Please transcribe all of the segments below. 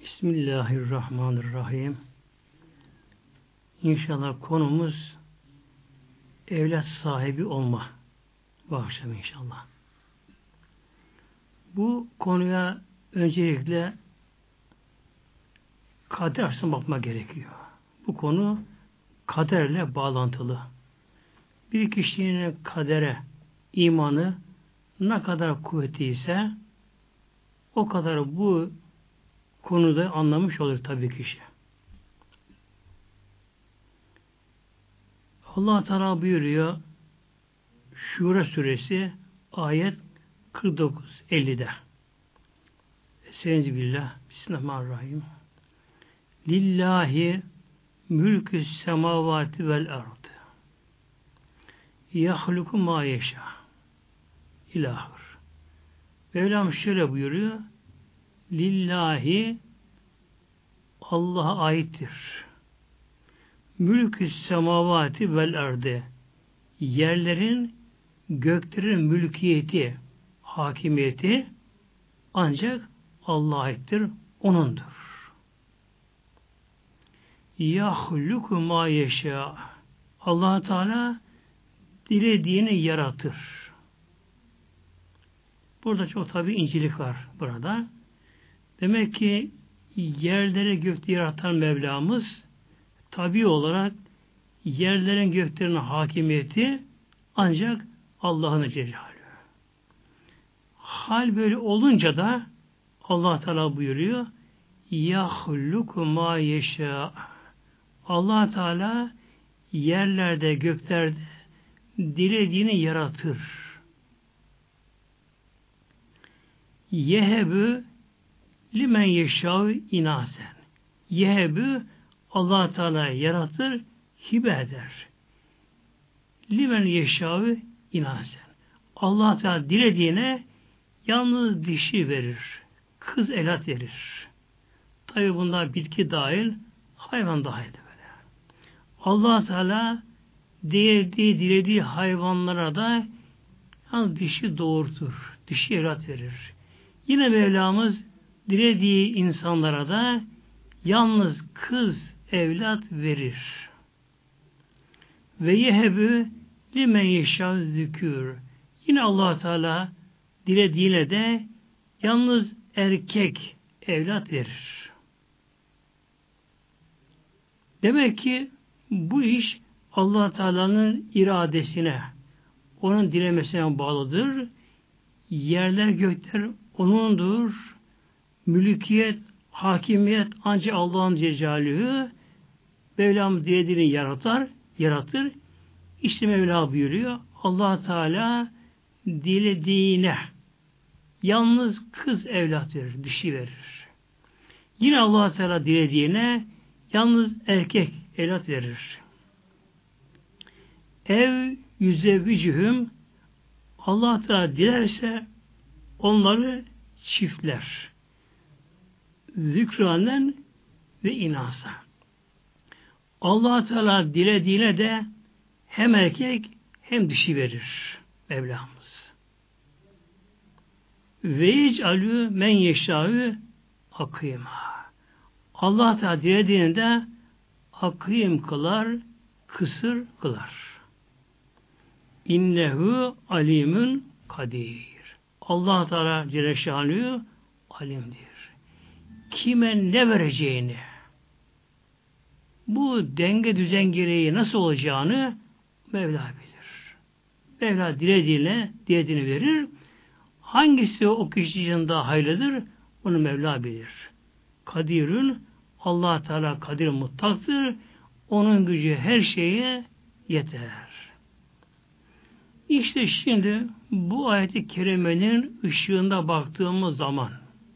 Bismillahirrahmanirrahim. İnşallah konumuz evlat sahibi olma bu akşam inşallah. Bu konuya öncelikle kader açısından bakmak gerekiyor. Bu konu kaderle bağlantılı. Bir kişinin kadere imanı ne kadar kuvvetliyse o kadar bu konuda anlamış olur tabii kişi. Allah Teala buyuruyor Şura suresi ayet 49-50'de. Estağfirullah. Bismillahirrahmanirrahim. Lillahi mülkü semavati vel ardı. Yahluku ma yeşâ. İlahır. Mevlam şöyle buyuruyor. Lillahi Allah'a aittir. Mülkü semavati vel ardı. Yerlerin, göklerin mülkiyeti, hakimiyeti ancak Allah'a aittir. O'nundur. Yahluku ma yeşâ. Allah Teala dilediğini yaratır. Burada çok tabi incelik var burada. Demek ki yerleri gökleri yaratan Mevlamız tabi olarak yerlerin göklerin hakimiyeti ancak Allah'ın Celaluhu. Hal böyle olunca da Allah Teala buyuruyor yahluku ma yeşâ. Allah Teala yerlerde göklerde dilediğini yaratır. Yehebü limen yeşâv inâsen. Yehebü Allah Teala yaratır, hibe eder. Limen yeşâv inâsen. Allah Teala dilediğine yalnız dişi verir. Kız evlat verir. Tabi bunlar bitki dahil, hayvan dahil böyle. Allah Teala dilediği hayvanlara da yalnız dişi doğurtur. Dişi evlat verir. Yine Mevlamız dilediği insanlara da yalnız kız evlat verir. Ve yehebü limen yeşâv zükür. Yine Allah Teala dilediğine de yalnız erkek evlat verir. Demek ki bu iş Allah Teala'nın iradesine, onun dilemesine bağlıdır. Yerler gökler O'nundur. Mülkiyet, hakimiyet ancak Allah'ın Celaluhu. Mevlam dilediğini yaratır. İşte Mevla buyuruyor. Allah Teala dilediğine yalnız kız evlat verir, dişi verir. Yine Allah Teala dilediğine yalnız erkek evlat verir. Ev yüzevvicühüm Allah Teala dilerse onları çiftler. Zükranen ve inasa. Allah Teala dilediğine de hem erkek hem dişi verir Mevlamız. Ve yec'alü men yeşâ'ü akîmâ. Allah Teala dilediğini de akîm kılar, kısır kılar. İnnehu alimün kadir. Allah Teala Celle Şanlı'yı alimdir. Kime ne vereceğini, bu denge düzen gereği nasıl olacağını Mevla bilir. Mevla dilediğini verir. Hangisi o kişi için daha hayırlıdır? Onu Mevla bilir. Kadirün, Allah Teala kadir muttaktır. Onun gücü her şeye yeter. İşte şimdi bu ayet-i kerimenin ışığında baktığımız zaman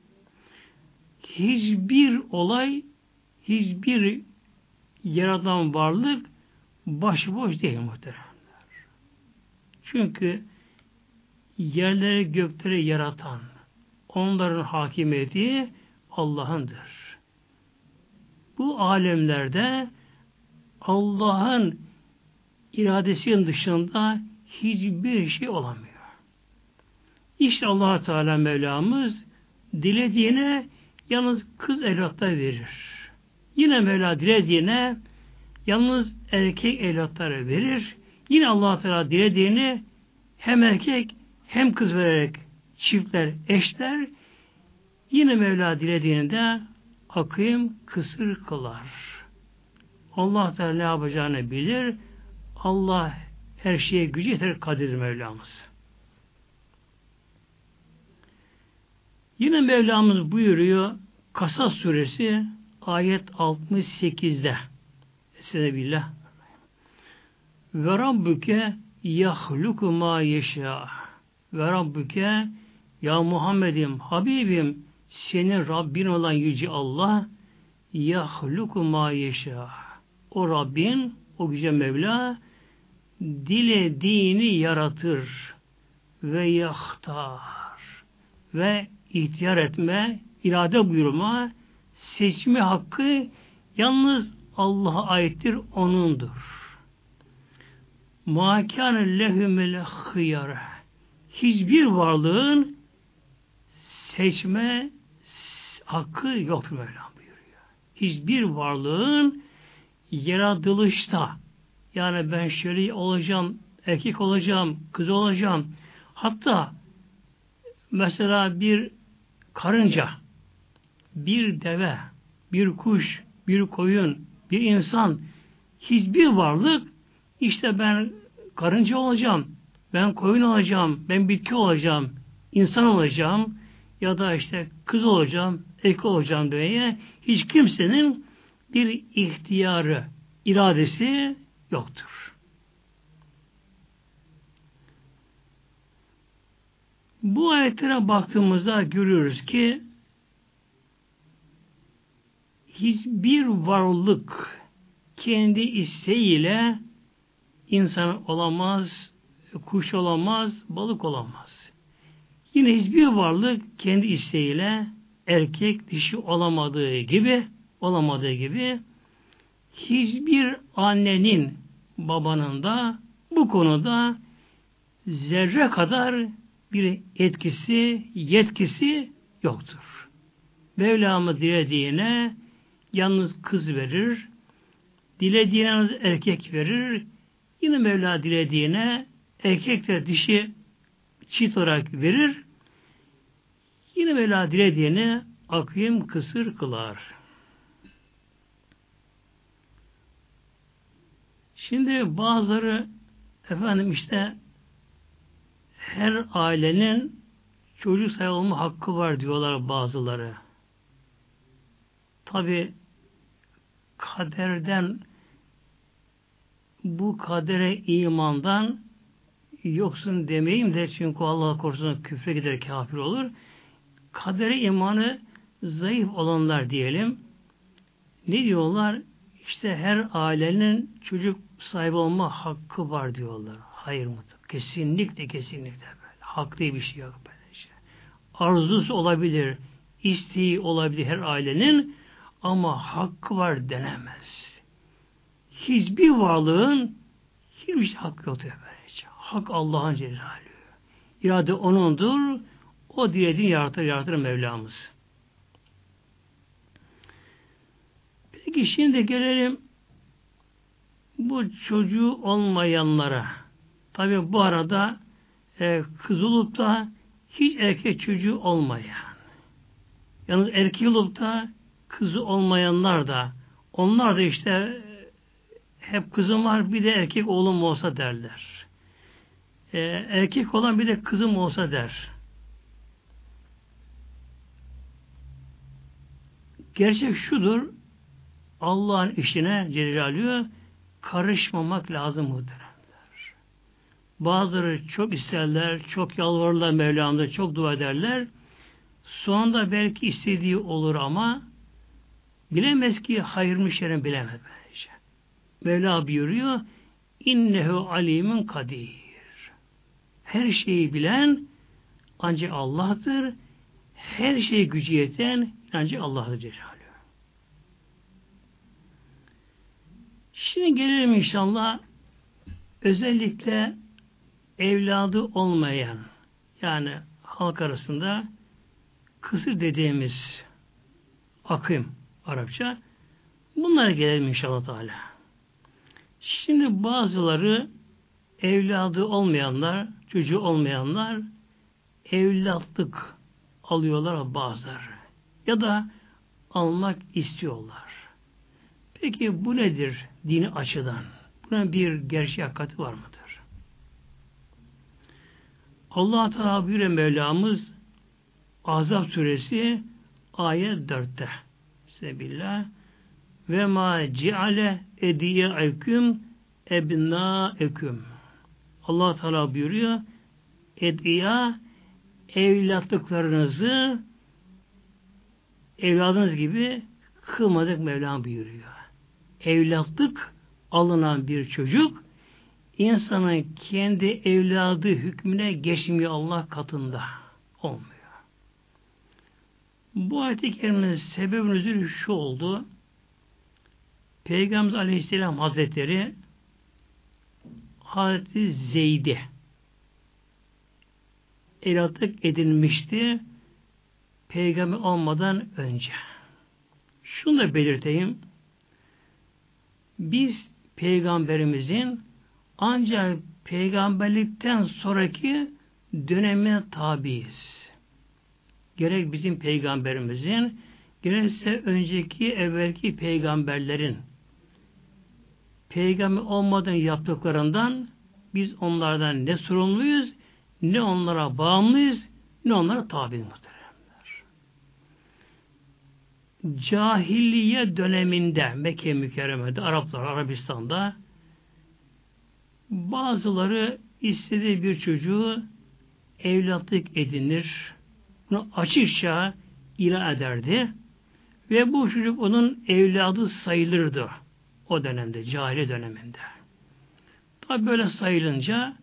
hiçbir olay, hiçbir yaradan varlık başıboş değil muhteremler. Çünkü yerleri gökleri yaratan, onların hakimiyeti Allah'ındır. Bu alemlerde Allah'ın iradesinin dışında hiçbir şey olamıyor. İşte Allah Teala Mevlamız dilediğine yalnız kız evlatlar verir. Yine Mevla dilediğine yalnız erkek evlatları verir. Yine Allah Teala dilediğini hem erkek hem kız vererek çiftler, eşler, yine Mevla dilediğinde akıyım kısır kılar. Allah Teala ne yapacağını bilir. Allah her şeye gücü yeter, kadir Mevlamız. Yine Mevlamız buyuruyor Kasas suresi ayet 68'de. Estağfirullah. Ve Rabbuke yahluku ma yeşâ. Ve Rabbuke, ya Muhammed'im, Habibim, senin Rabbin olan Yüce Allah yahluku ma yeşâ. O Rabbin, o Yüce Mevla dilediğini yaratır ve yahtar ve ihtiyar etme, irade buyurma, seçme hakkı yalnız Allah'a aittir, O'nundur. مَا كَانَ لَهُمُ الْخِيَرَ. Hiçbir varlığın seçme hakkı yoktur Mevlam buyuruyor. Hiçbir varlığın yaratılışta, yani ben şöyle olacağım, erkek olacağım, kız olacağım, hatta mesela bir karınca, bir deve, bir kuş, bir koyun, bir insan, hiçbir varlık işte ben karınca olacağım, ben koyun olacağım, ben bitki olacağım, insan olacağım ya da işte kız olacağım, erkek olacağım diye hiç kimsenin bir ihtiyarı, iradesi yoktur. Bu ayetlere baktığımızda görüyoruz ki hiçbir varlık kendi isteğiyle insan olamaz, kuş olamaz, balık olamaz. Yine hiçbir varlık kendi isteğiyle erkek dişi olamadığı gibi hiçbir annenin, babanın da bu konuda zerre kadar bir etkisi, yetkisi yoktur. Mevlamı dilediğine yalnız kız verir, dilediğine yalnız erkek verir, yine Mevla dilediğine erkekler dişi çift olarak verir, yine Mevla dilediğine akıyım kısır kılar. Şimdi bazıları efendim işte her ailenin çocuk sahibi olma hakkı var diyorlar bazıları. Tabi kaderden, bu kadere imandan yoksun demeyeyim de çünkü Allah korusun küfre gider, kafir olur. Kadere imanı zayıf olanlar diyelim. Ne diyorlar? İşte her ailenin çocuk sahibi olma hakkı var diyorlar. Hayır mı? Kesinlikle böyle. Hak diye bir şey yok böyle şey. Arzusu olabilir, isteği olabilir her ailenin ama hakkı var denemez. Hiçbir varlığın hiçbir şey hakkı yoktur böylece. Hak Allah'ın Celaluhu. İrade O'nundur. O dilediğini yaratır Mevlamız. Peki şimdi gelelim bu çocuğu olmayanlara. Tabi bu arada kız olup da hiç erkek çocuğu olmayan. Yalnız erkek olup da kızı olmayanlar da, onlar da işte hep kızım var bir de erkek oğlum olsa derler. Erkek olan bir de kızım olsa der. Gerçek şudur, Allah'ın işine Celaluhu karışmamak lazım muhteremler. Bazıları çok isterler, çok yalvarırlar Mevlam'da, çok dua ederler. Sonunda belki istediği olur ama bilemez ki hayır şerrin bilemez böylece. Mevla buyuruyor, innehu alimun kadir. Her şeyi bilen ancak Allah'tır. Her şeye gücü yeten ancak Allah'tır Celaluhu. Şimdi gelelim inşallah özellikle evladı olmayan, yani halk arasında kısır dediğimiz Akım Arapça. Bunlara gelelim inşallah Teala. Şimdi bazıları evladı olmayanlar, çocuğu olmayanlar evlatlık alıyorlar bazıları. Ya da almak istiyorlar. Peki bu nedir dini açıdan? Buna bir gerçek hakikati var mıdır? Allah Teala buyuruyor Mevlamız Ahzab suresi ayet 4'te. Bismillah. Ve ma ciale ediye'eküm ebnâeküm. Allah Teala buyuruyor ediya evlatlıklarınızı evladınız gibi kılmadık Mevlam buyuruyor. Evlatlık alınan bir çocuk insanın kendi evladı hükmüne geçmiyor Allah katında. Olmuyor. Bu ayet-i kerimenin sebebinin şu oldu. Peygamber Aleyhisselam Hazretleri Hazreti Zeyd'i evlatlık edilmişti peygamber olmadan önce. Şunu da belirteyim. Biz peygamberimizin ancak peygamberlikten sonraki dönemine tabiiz. Gerek bizim peygamberimizin gerekse önceki evvelki peygamberlerin peygamber olmadan yaptıklarından biz onlardan ne sorumluyuz, ne onlara bağımlıyız, ne onlara tabiiz muhteremler. Cahiliye döneminde Mekke mükerremede, Araplar, Arabistan'da bazıları istediği bir çocuğu evlatlık edinir, bunu açıkça ilan ederdi ve bu çocuk onun evladı sayılırdı o dönemde, cahiliye döneminde. Tabi böyle sayılınca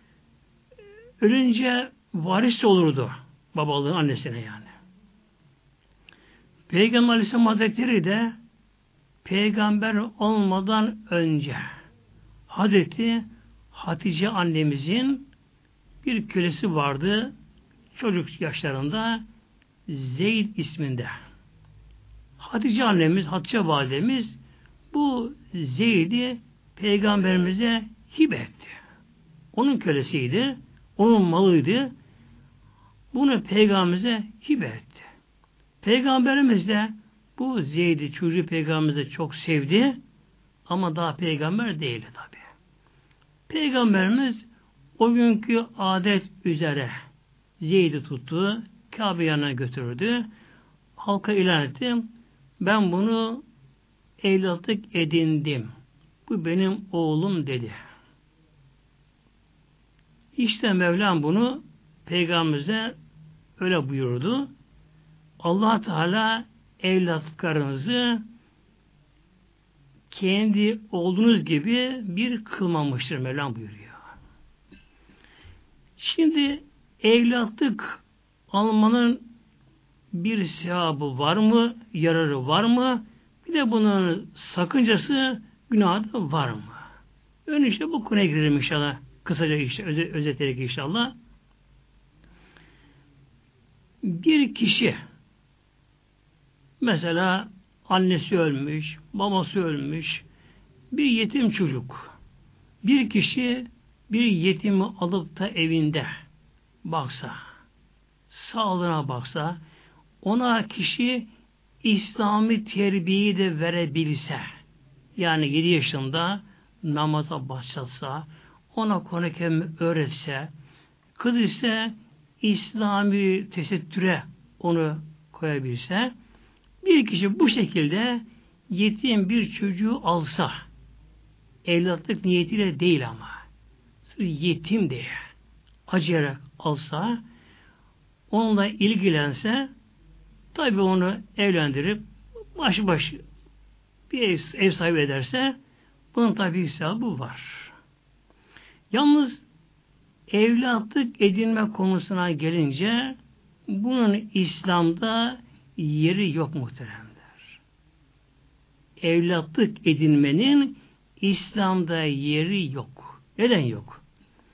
ölünce varis olurdu babalığın annesine yani. Peygamber Aleyhisselam Hazretleri de peygamber olmadan önce Hazreti Hatice annemizin bir kölesi vardı çocuk yaşlarında Zeyd isminde. Hatice annemiz, Hatice validemiz bu Zeyd'i peygamberimize hibe etti. Onun kölesiydi, onun malıydı. Bunu peygamberimize hibe etti. Peygamberimiz de bu Zeyd'i çocuğu peygamberimize çok sevdi ama daha peygamber değildi tabi. Peygamberimiz o günkü adet üzere Zeyd'i tuttu, Kabe yanına götürdü, halka ilan etti. Ben bunu evlatlık edindim. Bu benim oğlum dedi. İşte Mevlam bunu Peygamberimize öyle buyurdu. Allah Teala evlatlıklarınızı kendi olduğunuz gibi bir kılmamıştır Mevlam buyuruyor. Şimdi evlatlık almanın bir sevabı var mı? Yararı var mı? Bir de bunun sakıncası, günahı da var mı? Önce işte bu konuya girelim inşallah. Kısaca işte, özetleyerek inşallah. Bir kişi mesela annesi ölmüş, babası ölmüş, bir yetim çocuk. Bir kişi bir yetimi alıp da evinde baksa, sağlığına baksa, ona kişi İslami terbiyeyi de verebilse, yani 7 yaşında namaza başlatsa, ona Kur'an-ı Kerim öğretse, kız ise İslami tesettüre onu koyabilse, bir kişi bu şekilde yetim bir çocuğu alsa, evlatlık niyetiyle değil ama, sırf yetim diye acıyarak alsa, onunla ilgilense, tabi onu evlendirip baş bir ev sahibi ederse, bunun tabi hesabı var. Yalnız evlatlık edinme konusuna gelince bunun İslam'da yeri yok muhteremler. Evlatlık edinmenin İslam'da yeri yok. Neden yok?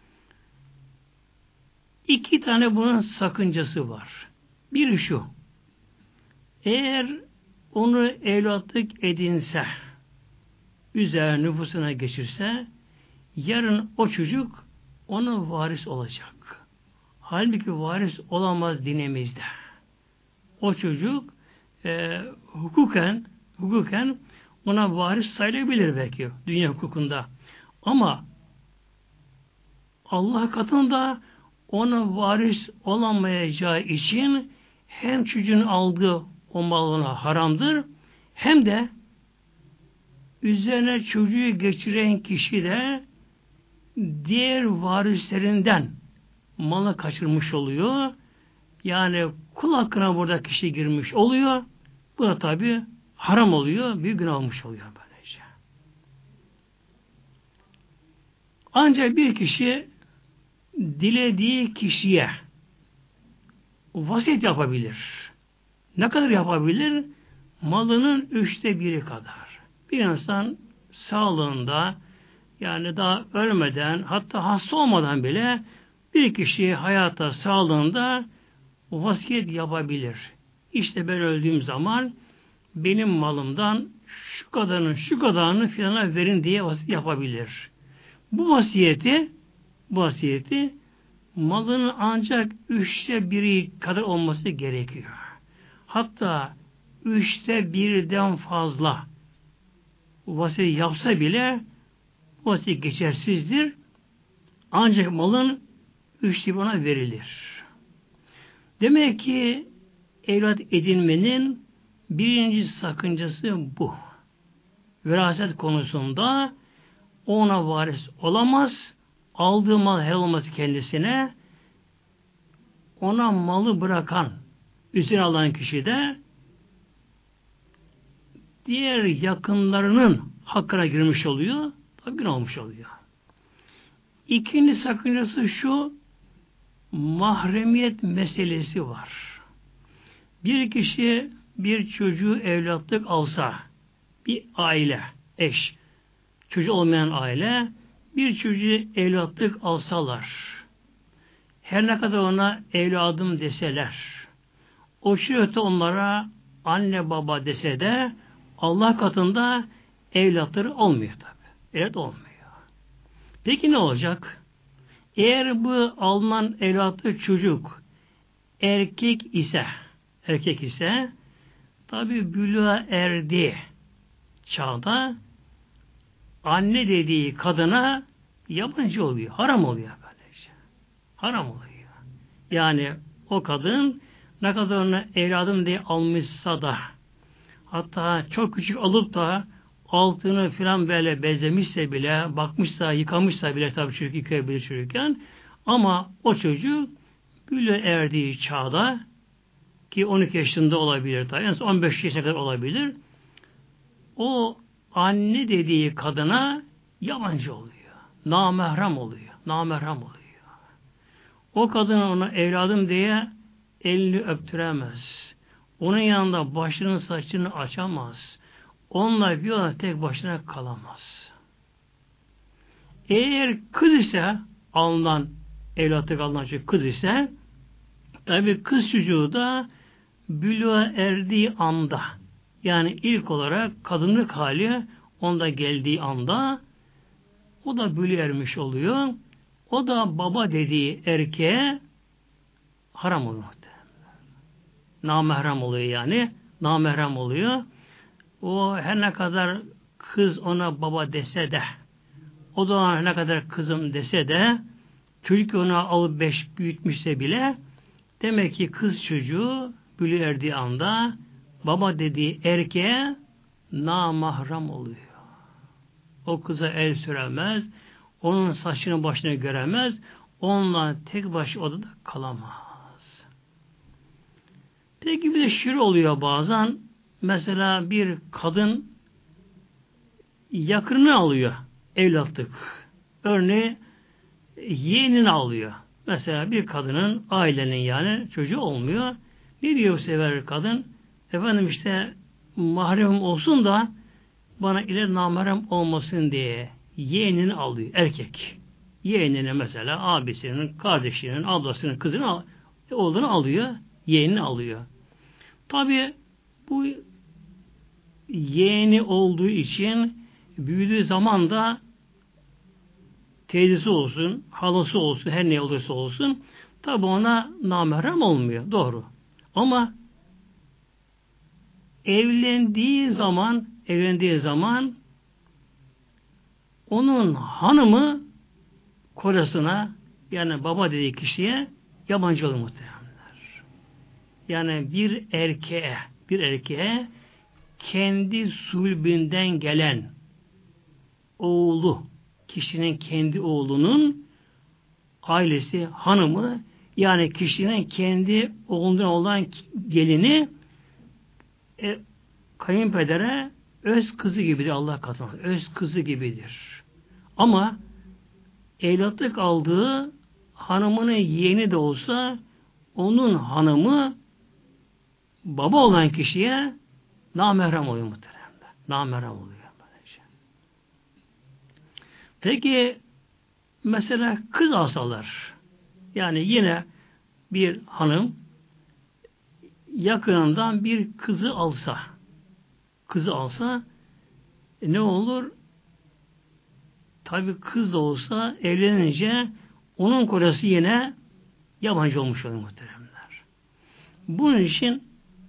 2 tane bunun sakıncası var. Biri şu. Eğer onu evlatlık edinse, üzerine nüfusuna geçirse, yarın o çocuk ona varis olacak. Halbuki varis olamaz dinimizde. O çocuk hukuken ona varis sayılabilir belki dünya hukukunda. Ama Allah katında ona varis olamayacağı için hem çocuğun aldığı o malına haramdır, hem de üzerine çocuğu geçiren kişi de diğer varislerinden malı kaçırmış oluyor. Yani kul hakkına burada kişi girmiş oluyor. Bu da tabi haram oluyor. Büyük günah olmuş oluyor böylece. Ancak bir kişi dilediği kişiye vasiyet yapabilir. Ne kadar yapabilir? Malının 1/3 kadar. Bir insan sağlığında, yani daha ölmeden, hatta hasta olmadan bile bir kişi hayata, sağlığında vasiyet yapabilir. İşte ben öldüğüm zaman benim malımdan şu kadarını filana verin diye vasiyet yapabilir. Bu vasiyeti malının ancak 1/3 kadar olması gerekiyor. Hatta 1/3'den fazla vasiyet yapsa bile vasiyet geçersizdir. Ancak malın 1/3 ona verilir. Demek ki evlat edinmenin birinci sakıncası bu. Veraset konusunda ona varis olamaz. Aldığı mal helal olmaz kendisine. Ona malı bırakan, üzerine alan kişi de diğer yakınlarının hakkına girmiş oluyor. Tabi günah olmuş oluyor. İkinci sakıncası şu, mahremiyet meselesi var. Bir kişi bir çocuğu evlatlık alsa, bir aile, eş, çocuğu olmayan aile, bir çocuğu evlatlık alsalar, her ne kadar ona evladım deseler, o çocuk onlara anne baba dese de Allah katında evlatları olmuyor tabi. Evet, olmuyor. Peki ne olacak? Eğer bu alınan evlatlı çocuk erkek ise tabi bülüğa erdi çağda anne dediği kadına yabancı oluyor. Haram oluyor böylece. Haram oluyor. Yani o kadın ne kadar onu evladım diye almışsa da, hatta çok küçük alıp da altını filan böyle bezlemişse bile, bakmışsa, yıkamışsa bile, tabii çocuk yıkayabilir çocukken, ama o çocuk bülüğe erdiği çağda, ki 12 yaşında olabilir tabii, yani 15 yaşına kadar olabilir, o anne dediği kadına yabancı oluyor. Namahrem oluyor. Namahrem oluyor. O kadın ona evladım diye elini öptüremez. Onun yanında başının saçını açamaz. Onunla bir olan tek başına kalamaz. Eğer kız ise, evlatlık alınan çocuk kız ise, tabi kız çocuğu da bülüğa erdiği anda, yani ilk olarak kadınlık hali onda geldiği anda o da bülüğe ermiş oluyor. O da baba dediği erkeğe haram oluyor. Namahrem oluyor yani. Namahrem oluyor. O her ne kadar kız ona baba dese de, o da ne kadar kızım dese de, çocuk ona alıp büyütmüşse bile, demek ki kız çocuğu bülüğe erdiği anda baba dediği erkeğe namahrem oluyor. O kıza el süremez, onun saçını başına göremez, onunla tek başına odada kalamaz. Peki bir de şiir oluyor bazen. Mesela bir kadın yakınını alıyor evlatlık. Örneğin yeğenini alıyor. Mesela bir kadının, ailenin yani çocuğu olmuyor. Ne diyor bu sefer kadın? Efendim işte mahremim olsun da bana ileri namahrem olmasın diye yeğenini alıyor. Erkek. Yeğenini mesela abisinin, kardeşinin, ablasının, kızının olduğunu alıyor. Yeğenini alıyor. Tabi bu yeğeni olduğu için büyüdüğü zaman da teyzesi olsun, halası olsun, her ne olursa olsun tabi ona namahrem olmuyor. Doğru. Ama evlendiği zaman onun hanımı kocasına, yani baba dediği kişiye yabancı olur muhtemelenler. Yani bir erkeğe kendi sulbünden gelen oğlu, kişinin kendi oğlunun ailesi, hanımı, yani kişinin kendi oğlundan olan gelini kayınpedere öz kızı gibidir Allah katında. Öz kızı gibidir. Ama evlatlık aldığı hanımının yeğeni de olsa onun hanımı baba olan kişiye namahrem oluyor muhteremler. Namahrem oluyor. Böylece. Peki mesela kız alsalar, yani yine bir hanım yakınından bir kızı alsa ne olur? Tabi kız da olsa evlenince onun kocası yine yabancı olmuş olur muhteremler. Bunun için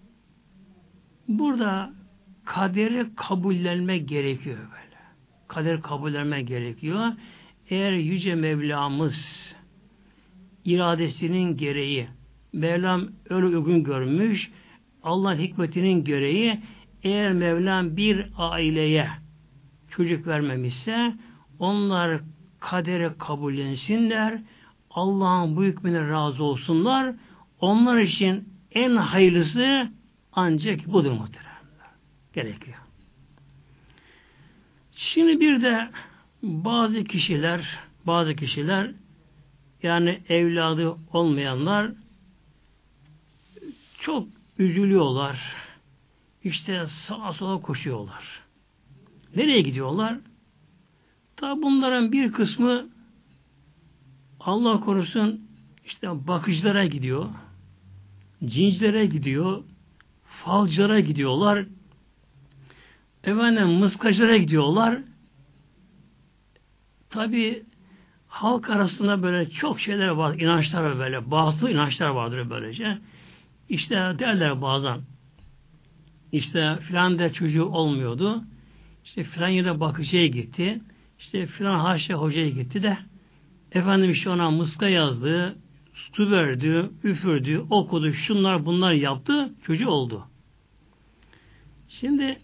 burada kaderi kabullenmek gerekiyor böyle. Kader kabullenmek gerekiyor. Eğer Yüce Mevlamız iradesinin gereği Mevlam öyle uygun görmüş, Allah'ın hikmetinin gereği eğer Mevlam bir aileye çocuk vermemişse onlar kadere kabullensinler, Allah'ın bu hükmüne razı olsunlar. Onlar için en hayırlısı ancak budur muhteremler. Gerekiyor. Şimdi bir de bazı kişiler yani evladı olmayanlar çok üzülüyorlar. İşte sağa sola koşuyorlar. Nereye gidiyorlar? Tabi bunların bir kısmı Allah korusun işte bakıcılara gidiyor, cincilere gidiyor, falcılara gidiyorlar, mıskacılara gidiyorlar. Tabi halk arasında böyle çok şeyler var, inançlar var böyle, bazı inançlar vardır böylece. İşte derler bazen, işte filan da çocuğu olmuyordu, işte filan yere bakıcıya gitti, işte filan haşa hocaya gitti de işte ona muska yazdı, su verdi, üfürdü, okudu, şunlar bunlar yaptı, çocuğu oldu. Şimdi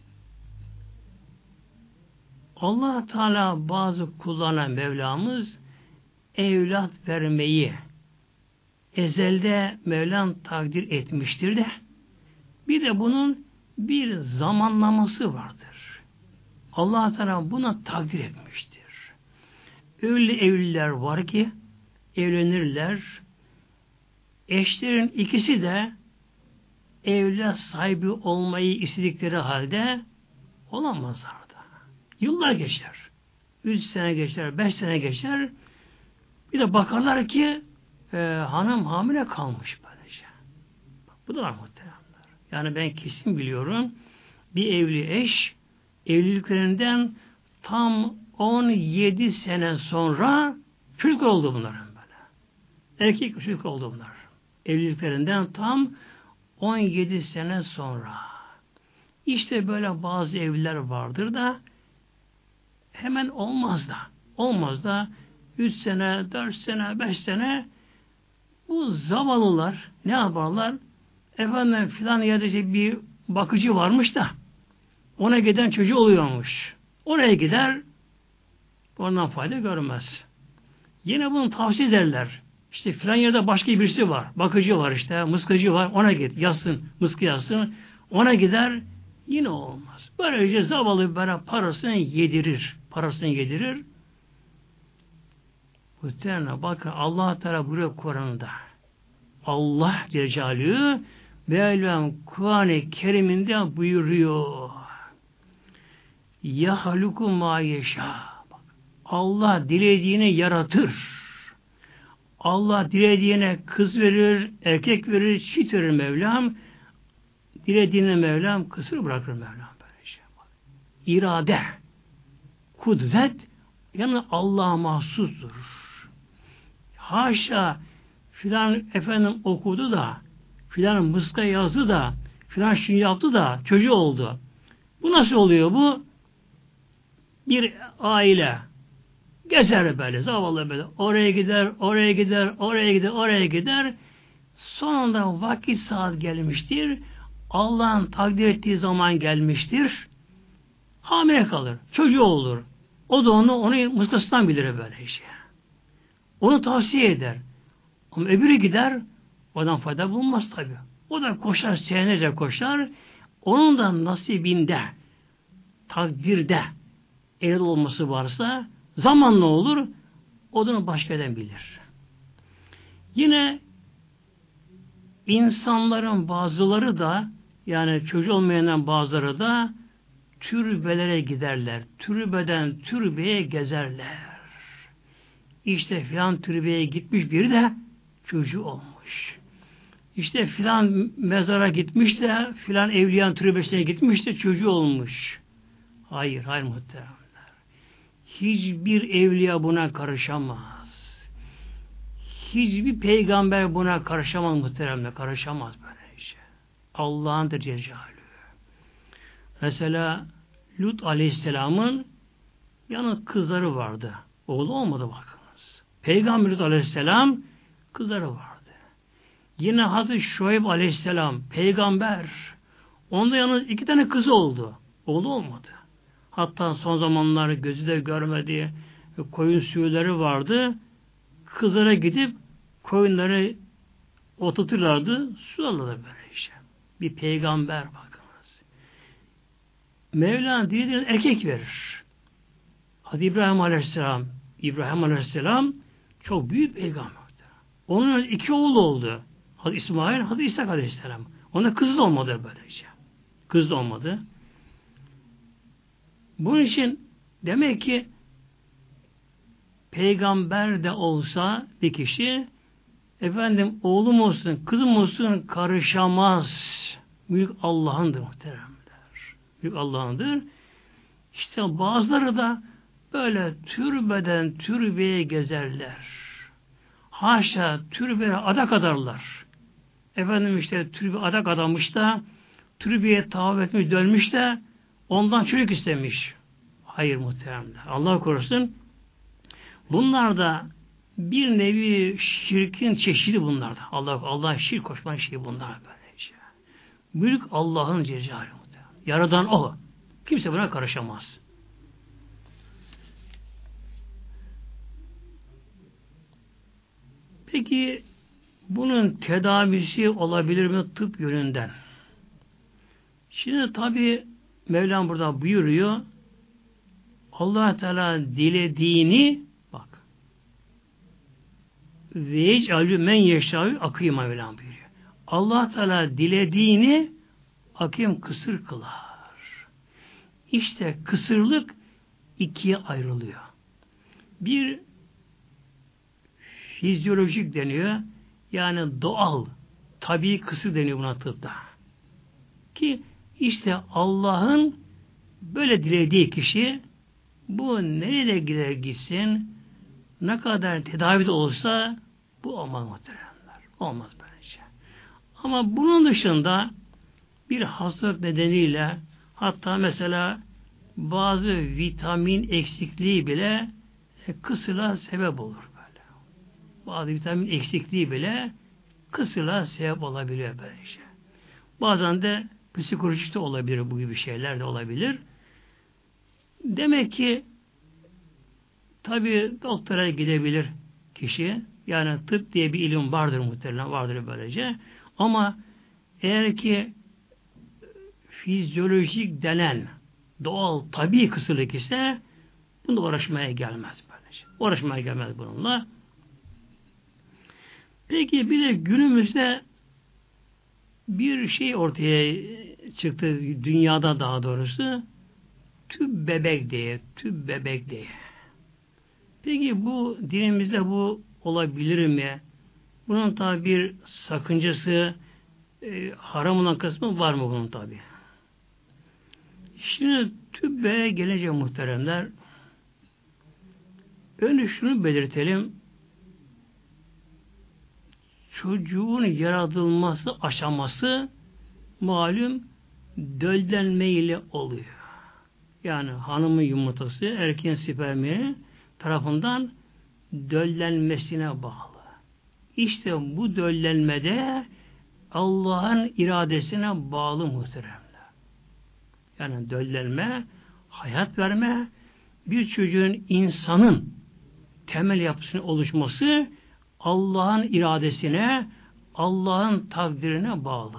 Allah Teala bazı kullanan Mevlamız evlat vermeyi ezelde Mevlam takdir etmiştir de bir de bunun bir zamanlaması vardır. Allah Teala buna takdir etmiştir. Öyle evliler var ki evlenirler. Eşlerin ikisi de evlat sahibi olmayı istedikleri halde olamazlar da. Yıllar geçer. 3 sene geçer, 5 sene geçer. Bir de bakarlar ki hanım hamile kalmış böylece. Bu da var muhteremler. Yani ben kesin biliyorum. Bir evli eş evliliklerinden tam 17 sene sonra çocuk oldu bunların böyle. Erkek çocuk oldu bunlar. Evliliklerinden tam 17 sene sonra. İşte böyle bazı evliler vardır da hemen olmaz da 3 sene, 4 sene, 5 sene bu zavallılar ne yaparlar? Filan yerde bir bakıcı varmış da ona giden çocuğu oluyormuş. Oraya gider ondan fayda görmez. Yine bunu tavsiye ederler. İşte filan yerde başka birisi var. Bakıcı var işte, mıskacı var. Ona git. Yazsın, mıskı yazsın. Ona gider. Yine olmaz. Böylece zavallı böyle parasını yedirir. Muhtemelen bakın Allah Teala buyuruyor Kur'an'da. Allah Celle Mevlam Kur'an-ı Kerim'inde buyuruyor. Yahluku ma yeşâ. Allah dilediğini yaratır. Allah dilediğine kız verir, erkek verir, çift verir Mevlam. Dilediğine Mevlam kısır bırakır Mevlam böylece. irade, kudret yani Allah'a mahsustur. Haşa filan efendim okudu da filan mıska yazdı da filan şunu yaptı da çocuğu oldu. Bu nasıl oluyor bu? Bir aile gezer böyle zavallı böyle oraya gider, oraya gider, oraya gider, oraya gider. Sonunda vakit saat gelmiştir. Allah'ın takdir ettiği zaman gelmiştir. Hamile kalır. Çocuğu olur. O da onu mıskasından bilir böyle işte. Onu tavsiye eder. Ama öbürü gider, ondan fayda bulunmaz tabi. O da koşar, senelerce koşar. Onun da nasibinde, takdirde el olması varsa zamanla olur, o da başka eden bilir. Yine insanların bazıları da yani çocuğu olmayanların bazıları da türbelere giderler. Türbeden türbeye gezerler. İşte filan türbeye gitmiş biri de çocuğu olmuş. İşte filan mezara gitmiş de filan evliyanın türbesine gitmiş de çocuğu olmuş. Hayır, hayır muhteremler. Hiçbir evliya buna karışamaz. Hiçbir peygamber buna karışamaz muhteremler. Karışamaz böyle şey. Allah'ındır Celle. Mesela Lut Aleyhisselam'ın yanı kızları vardı. Oğlu olmadı bakınız. Peygamber Lut Aleyhisselam kızları vardı. Yine Hazreti Şuayb Aleyhisselam peygamber. Onda yalnız 2 tane kızı oldu. Oğlu olmadı. Hatta son zamanlar gözü de görmediği koyun sürüleri vardı. Kızlara gidip koyunları oturturlardı. Su alırdı böyle işte. Bir peygamber bakınız. Mevlana dilediğine erkek verir. Hadi İbrahim Aleyhisselam çok büyük peygamber. Onun 2 oğlu oldu. Hadi İsmail, hadi İshak Aleyhisselam. Ona kız da olmadı böylece. Kız da olmadı. Bunun için demek ki peygamber de olsa bir kişi efendim oğlum olsun, kızım olsun karışamaz. Mülk Allah'ındır muhteremler. Mülk Allah'ındır. İşte bazıları da böyle türbeden türbeye gezerler. Haşa türbeye adak adarlar. Efendim işte türbe adak adamış da türbeye tavaf etmiş dönmüş de ondan çocuk istemiş. Hayır muhteremler. Allah korusun. Bunlar da bir nevi şirkin çeşidi bunlar da. Allah'a şirk koşman şeyi bunlar böylece. Mülk Allah'ın cezayı. Yaradan O. Kimse buna karışamaz. Peki bunun tedavisi olabilir mi tıp yönünden? Şimdi tabi Mevlam burada buyuruyor Allah Teala dilediğini bak ve yec'alü men yeşâ'ü akîmâ Mevlam buyuruyor. Allah Teala dilediğini akîm kısır kılar. İşte kısırlık 2'ye ayrılıyor. Bir fizyolojik deniyor. Yani doğal, tabii kısır deniyor buna tıpta. Ki işte Allah'ın böyle dilediği kişi bu nereye gider gitsin ne kadar tedavide olsa bu olmaz muhteremler. Olmaz böylece. Ama bunun dışında bir hastalık nedeniyle hatta mesela bazı vitamin eksikliği bile kısırlığa sebep olur böyle. Bazı vitamin eksikliği bile kısırlığa sebep olabiliyor böylece. Bazen de psikolojik de olabilir, bu gibi şeyler de olabilir. Demek ki tabi doktora gidebilir kişi. Yani tıp diye bir ilim vardır muhtemelen, vardır böylece. Ama eğer ki fizyolojik denen doğal, tabii kısırlık ise bunda uğraşmaya gelmez böylece. Uğraşmaya gelmez bununla. Peki bir de günümüzde bir şey ortaya çıktı dünyada daha doğrusu tüp bebek diye. Peki bu dinimizde bu olabilir mi? Bunun tabi bir sakıncası haram olan kısmı var mı bunun tabi? Şimdi tübbeye gelince muhteremler, önce şunu belirtelim. Çocuğun yaratılması aşaması malum döllenmeyle oluyor. Yani hanımın yumurtası erkeğin spermi tarafından döllenmesine bağlı. İşte bu döllenmede Allah'ın iradesine bağlı muhteremler. Yani döllenme, hayat verme, bir çocuğun insanın temel yapısının oluşması Allah'ın iradesine, Allah'ın takdirine bağlı.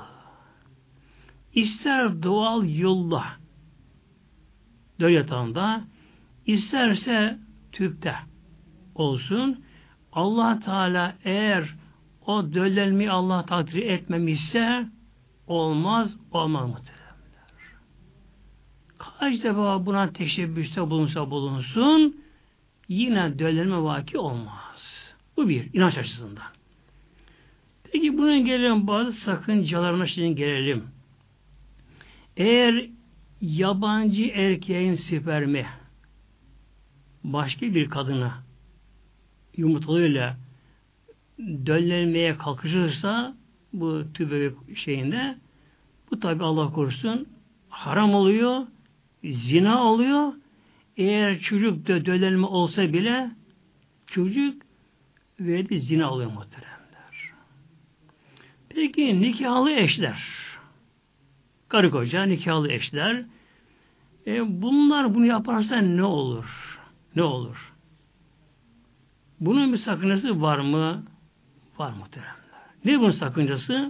İster doğal yolla döl yatağında, isterse tüpte olsun. Allah Teala eğer o döllenmeyi Allah takdir etmemişse olmaz muhteremler. Kaç defa buna teşebbüste bulunsun yine döllenme vaki olmaz. Bu bir inanç açısından. Peki bunun gelen bazı sakıncalarına şimdi gelelim. Eğer yabancı erkeğin spermi başka bir kadına yumurtalığıyla döllenmeye kalkışırsa bu tübebek şeyinde bu tabi Allah korusun haram oluyor, zina oluyor. Eğer çocuk da döllenme olsa bile çocuk ve zina oluyor muhteremler. Peki nikahlı eşler, karı koca nikahlı eşler, bunlar bunu yaparsa ne olur? Ne olur? Bunun bir sakıncası var mı? Var muhteremler. Ne bunun sakıncası?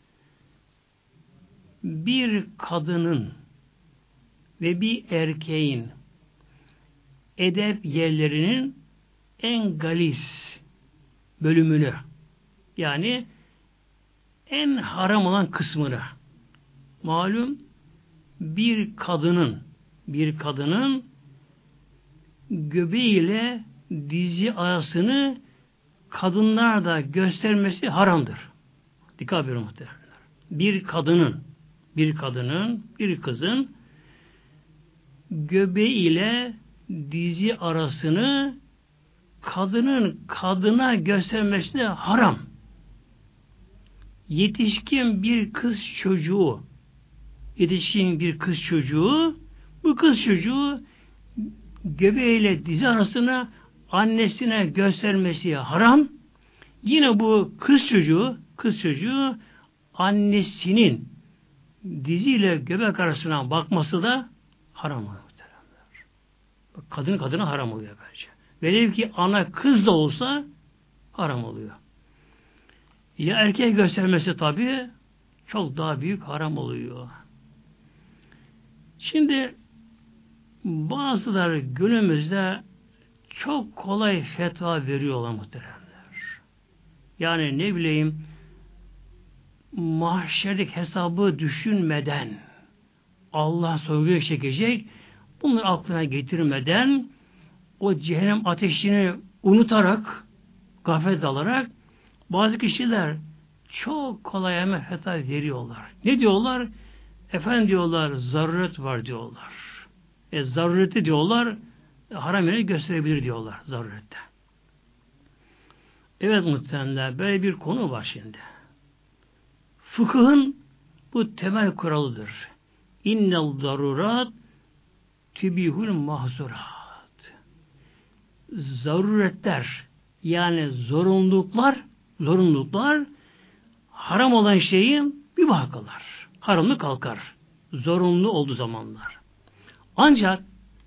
Bir kadının ve bir erkeğin edep yerlerinin en galis bölümünü, yani en haram olan kısmını, malum bir kadının göbeğiyle dizi arasını kadınlar da göstermesi haramdır. Dikkat edin muhtemelen. Bir kızın göbeğiyle dizi arasını kadının kadına göstermesi de haram. Yetişkin bir kız çocuğu bu kız çocuğu göbeğiyle dizi arasına annesine göstermesi haram. Yine bu kız çocuğu annesinin diziyle göbek arasına bakması da haram oluyor. Kadın kadına haram oluyor bence. Velev ki ana kız da olsa haram oluyor. Ya erkek göstermesi tabii çok daha büyük haram oluyor. Şimdi bazıları günümüzde çok kolay fetva veriyorlar muhteremler. Yani ne bileyim mahşerlik hesabı düşünmeden Allah sorguya çekecek, bunları aklına getirmeden o cehennem ateşini unutarak, gaflet alarak bazı kişiler çok kolay hemen fetva veriyorlar. Ne diyorlar? Efendim diyorlar, zaruret var diyorlar. Zarureti diyorlar, haram yerine gösterebilir diyorlar zarurette. Evet muhtemelen böyle bir konu var şimdi. Fıkhın bu temel kuralıdır. İnnel zarurat tübihul mahzurat. Zaruretler yani zorunluluklar haram olan şeyin bir kalkar. Haramlı kalkar. Zorunlu olduğu zamanlar. Ancak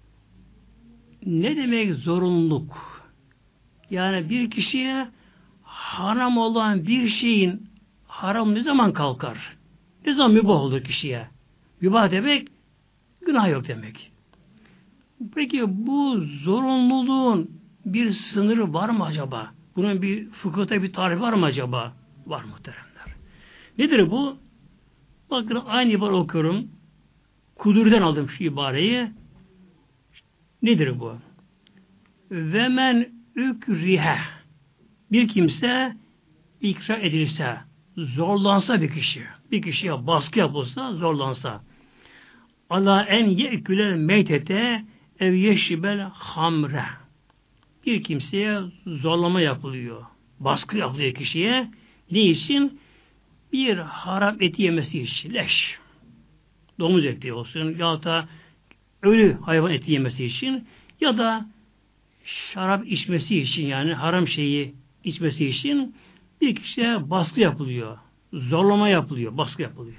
ne demek zorunluluk? Yani bir kişiye haram olan bir şeyin haram ne zaman kalkar? Ne zaman mübah olur kişiye? Mübah demek günah yok demek. Peki bu zorunluluğun bir sınırı var mı acaba? Bunun bir fıkıhta bir tarifi var mı acaba? Var muhteremler. Nedir bu? Bakın aynı ibare okuyorum. Kudur'dan aldım şu ibareyi. Nedir bu? Ve men ükrihe, bir kimse ikra edilse, zorlansa bir kişiye baskı yapılsa, zorlansa, ala en ye'külel meytete ev yeşibel hamre. Bir kimseye zorlama yapılıyor. Baskı yapılıyor kişiye. Ne için? Bir haram eti yemesi için. Leş. Domuz eti olsun ya da ölü hayvan eti yemesi için ya da şarap içmesi için, yani haram şeyi içmesi için bir kişiye baskı yapılıyor. Zorlama yapılıyor. Baskı yapılıyor.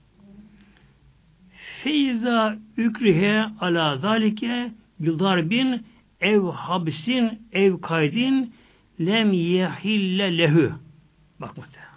Feyza ükrihe ala zalike bin ev habsin ev kaydin lem yehille lehu. Bak muhtemelen.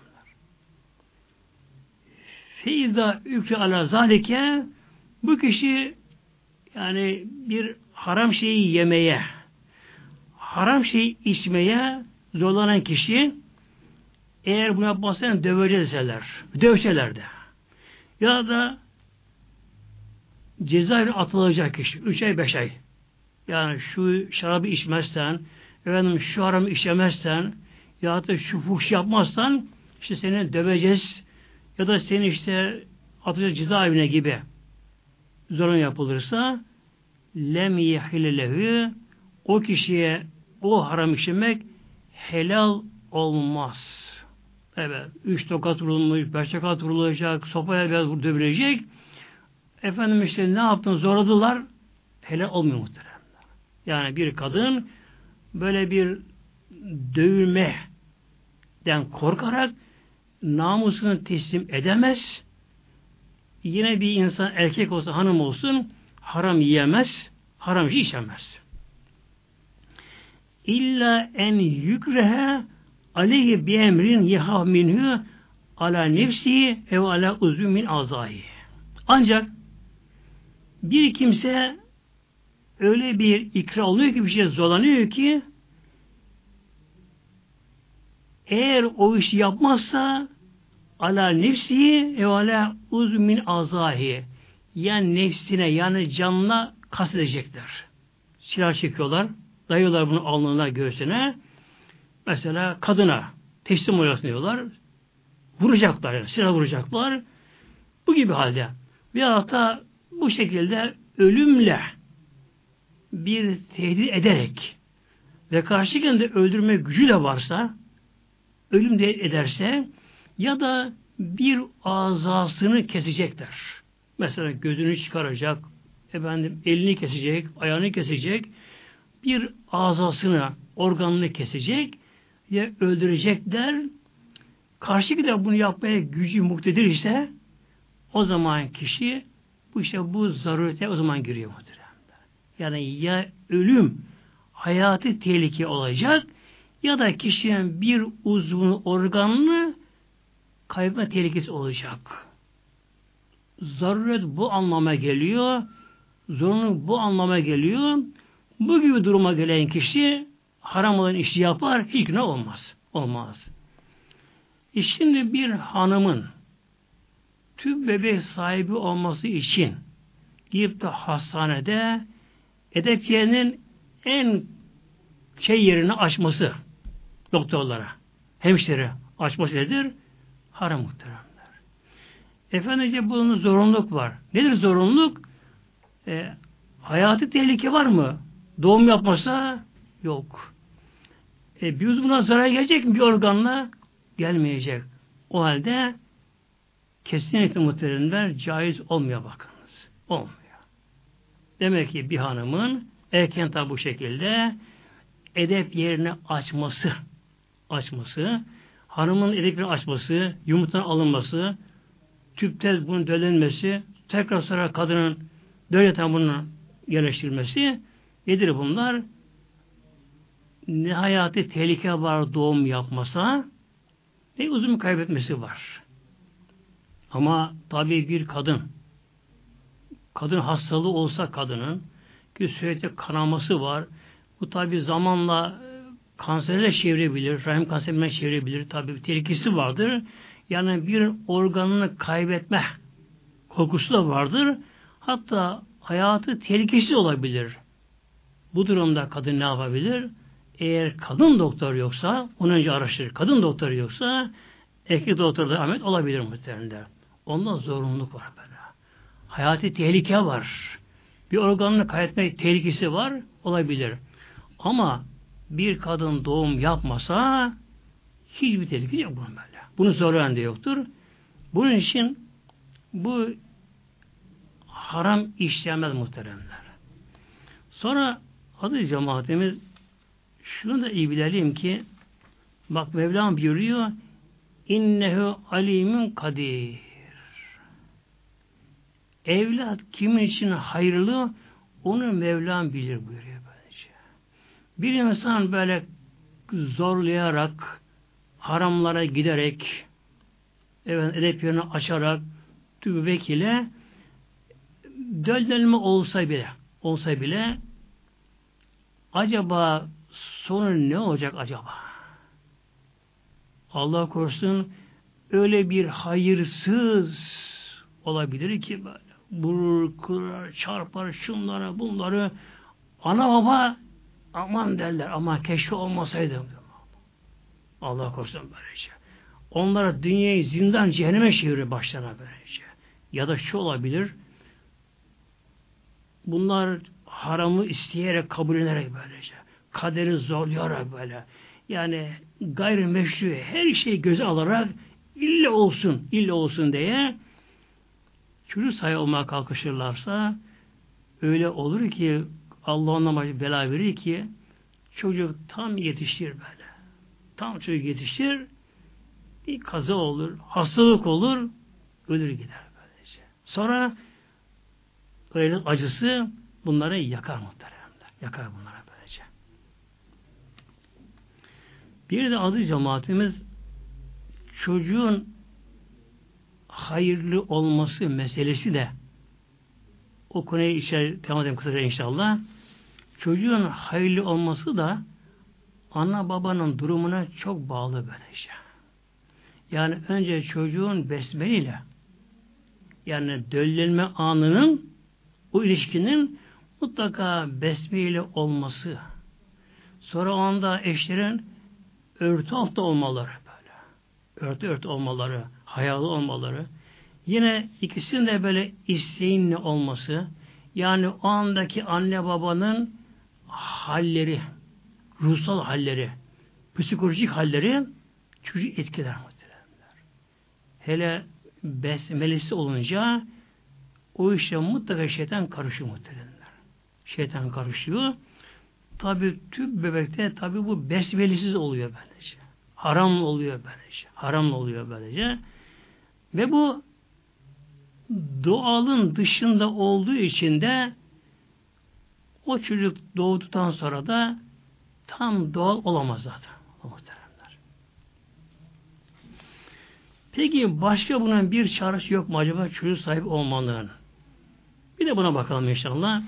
Feyza ükrihe ala zalike, bu kişi yani bir haram şeyi yemeye, haram şeyi içmeye zorlanan kişi, eğer buna yapmazsan dövseler de. Ya da cezaevine atılacak kişi. 3 ay 5 ay. Yani şu şarabı içmezsen, efendim şu haramı içemezsen, ya da şu fuhuş yapmazsan işte seni döveceğiz ya da seni işte atacağız cezaevine gibi zorun yapılırsa lem yehillehu, o kişiye o haram içmek helal olmaz. Evet. 3 tokat vurulmuş, 5 tokat vurulacak, sopaya biraz dövülecek. Efendim işte ne yaptın? Zorladılar. Helal olmuyor muhtemelen. Yani bir kadın böyle bir dövülmeden korkarak namusunu teslim edemez. Yine bir insan, erkek olsa, hanım olsun, haram yiyemez, haram işi içemez. İlla en yükrehe aleyhi bi emrin yehâ minhü ala nefsi ev ala uzvü min azahi. Ancak bir kimse öyle bir ikra oluyor ki, bir şey zorlanıyor ki, eğer o işi yapmazsa ala nefsi ev ala uzvü min azahi, yani nefsine, yani canına kastedecekler. Silah çekiyorlar, dayıyorlar bunu alnına, göğsüne. Mesela kadına teslim olasın diyorlar. Vuracaklar, yani silah vuracaklar. Bu gibi halde. Veyahut da bu şekilde ölümle bir tehdit ederek ve karşıken de öldürme gücü de varsa, ölüm de ederse, ya da bir azasını kesecekler. Mesela gözünü çıkaracak, elini kesecek, ayağını kesecek, bir azasını, organını kesecek ya öldürecekler. Karşıki de bunu yapmaya gücü muktedir ise, o zaman kişi bu zarurete o zaman giriyor muhtemelen. Yani ya ölüm, hayati tehlike olacak, ya da kişinin bir uzvunu, organını kaybetme tehlikesi olacak. Zaruret bu anlama geliyor, zorunluluk bu anlama geliyor. Bu gibi duruma gelen kişi haram olan işi yapar, hiç günah olmaz. Olmaz. Şimdi bir hanımın tüp bebek sahibi olması için gidip de hastanede edepçilerinin en yerini açması, doktorlara, hemşire açması nedir? Haram muhteremler. Efendice bunun zorunluluk var. Nedir zorunluluk? Hayati tehlike var mı? Doğum yapmasa yok. Bir uzvuna zarar gelecek mi bir organla? Gelmeyecek. O halde kesinlikle muhteremler caiz olmuyor bakınız. Olmuyor. Demek ki bir hanımın erken tabi bu şekilde edep yerini açması, hanımın edep yerini açması, yumurtanın alınması, tüpte bunun döllenmesi, tekrar sonra kadının döleten bunu yerleştirilmesi, nedir bunlar? Ne hayati tehlike var doğum yapmasa, ne uzun kaybetmesi var. Ama tabii bir kadın hastalığı olsa kadının, ki sürekli kanaması var, bu tabii zamanla kansere çevirebilir, rahim kanserine çevirebilir, tabii bir tehlikesi vardır. Yani bir organını kaybetme korkusu da vardır. Hatta hayatı tehlikesi olabilir. Bu durumda kadın ne yapabilir? Eğer kadın doktor yoksa, onu önce araştırır. Kadın doktor yoksa, erkek doktorda Ahmet olabilir muhtemelen. Ondan zorunluluk var böyle. hayati tehlike var. Bir organını kaybetme tehlikesi var, olabilir. Ama bir kadın doğum yapmasa hiçbir tehlike yok bunun böyle. Bunu söyleyen de yoktur. Bunun için bu haram işlemez muhteremler. Sonra adı cemaatimiz şunu da iyi bilelim ki bak Mevlam buyuruyor innehu alimun kadir. Evlat kimin için hayırlı onu Mevlam bilir buyuruyor böylece. Bir insan böyle zorlayarak haramlara giderek edep yönünü açarak tübek ile döllenme olsa bile acaba sonu ne olacak acaba? Allah korusun öyle bir hayırsız olabilir ki böyle vurur, kırar, çarpar, şunları, bunları ana baba aman derler ama keşke olmasaydı. Allah korusun böylece. Onlara dünyayı zindan cehenneme çevirir başlarına böylece. Ya da şu olabilir bunlar haramı isteyerek kabul ederek böylece. Kaderi zorlayarak böyle. Yani gayrimeşru her şeyi göze alarak illa olsun diye çocuk sahibi olmaya kalkışırlarsa öyle olur ki Allah ondan bela verir ki çocuk tam yetiştir böyle. Tam çocuk yetiştir bir kaza olur, hastalık olur, ölür gider böylece. Sonra öyle acısı bunları yakar muhteremler. Yakar bunlara böylece. Bir de adı cemaatimiz çocuğun hayırlı olması meselesi de o konuya devam edelim kısaca inşallah. Çocuğun hayırlı olması da ana babanın durumuna çok bağlı böylece. Yani önce çocuğun besmeleyle yani döllenme anının o ilişkinin mutlaka besmeyle olması. Sonra o anda eşlerin örtü altta olmaları böyle. Örtü olmaları, hayalı olmaları. Yine ikisinin de böyle isteğinle olması. Yani o andaki anne babanın halleri, ruhsal halleri, psikolojik halleri çocuğu etkiler muhteremler. Hele besmelesi olunca o işe mutlaka şeytan karışıyor muhteremler. Şeytan karışıyor. Tabi tüp bebekte tabi bu besmelesiz oluyor böylece. Haram oluyor böylece. Haram oluyor böylece. Ve bu doğalın dışında olduğu için de o çocuk doğduktan sonra da tam doğal olamaz zaten. Muhteremler. Peki başka bunun bir çaresi yok mu acaba çocuk sahibi olmanın? Bir de buna bakalım inşallah.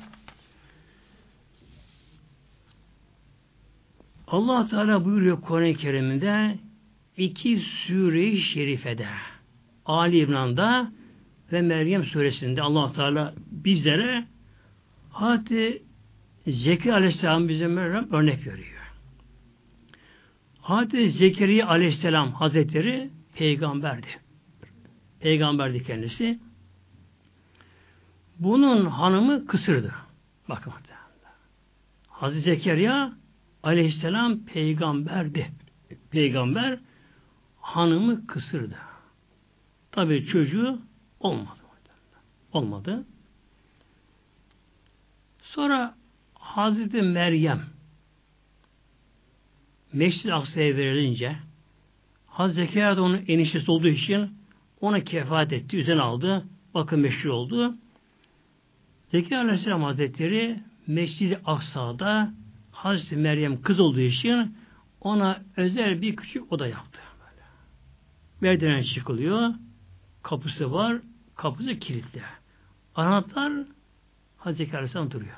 Allah Teala buyuruyor Kur'an-ı Kerim'de 2 sure-i şerifede Ali İmran'da ve Meryem suresinde Allah Teala bizlere Hazreti Zekeriya Aleyhisselam bize Meryem örnek veriyor. Hazreti Zekeriya Aleyhisselam Hazretleri peygamberdi. Peygamberdi kendisi. Bunun hanımı kısırdı. Bakın. Hazreti Zekeriya Aleyhisselam peygamberdi. Peygamber hanımı kısırdı. Tabii çocuğu olmadı. Olmadı. Sonra Hazreti Meryem Meşrid-i Aksa'ya verilince Hazreti Zekeriya da onun eniştesi olduğu için ona kefaat etti, üzerine aldı. Bakın meşhur oldu. Zekeriya Aleyhisselam Hazretleri Meşrid-i Aksa'da Hazreti Meryem kız olduğu için ona özel bir küçük oda yaptı. Merdiven çıkılıyor. Kapısı var. Kapısı kilitli. Anahtar Hazreti Zekeriya Aleyhisselam duruyor.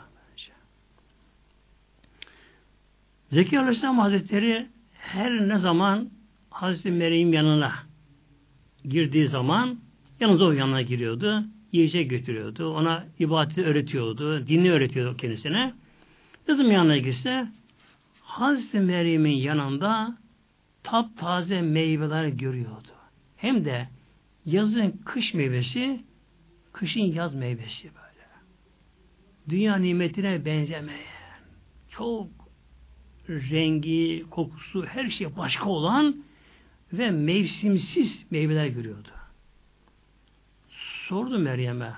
Zekeriya Aleyhisselam Hazretleri her ne zaman Hazreti Meryem yanına girdiği zaman yalnız o yanına giriyordu. Yiyecek götürüyordu. Ona ibadeti öğretiyordu. Dinini öğretiyordu kendisine. Ne zaman yanına girse Hazreti Meryem'in yanında taptaze meyveler görüyordu. Hem de yazın kış meyvesi kışın yaz meyvesi böyle. Dünya nimetine benzemeyen, çok rengi, kokusu, her şey başka olan ve mevsimsiz meyveler görüyordu. Sordu Meryem'e.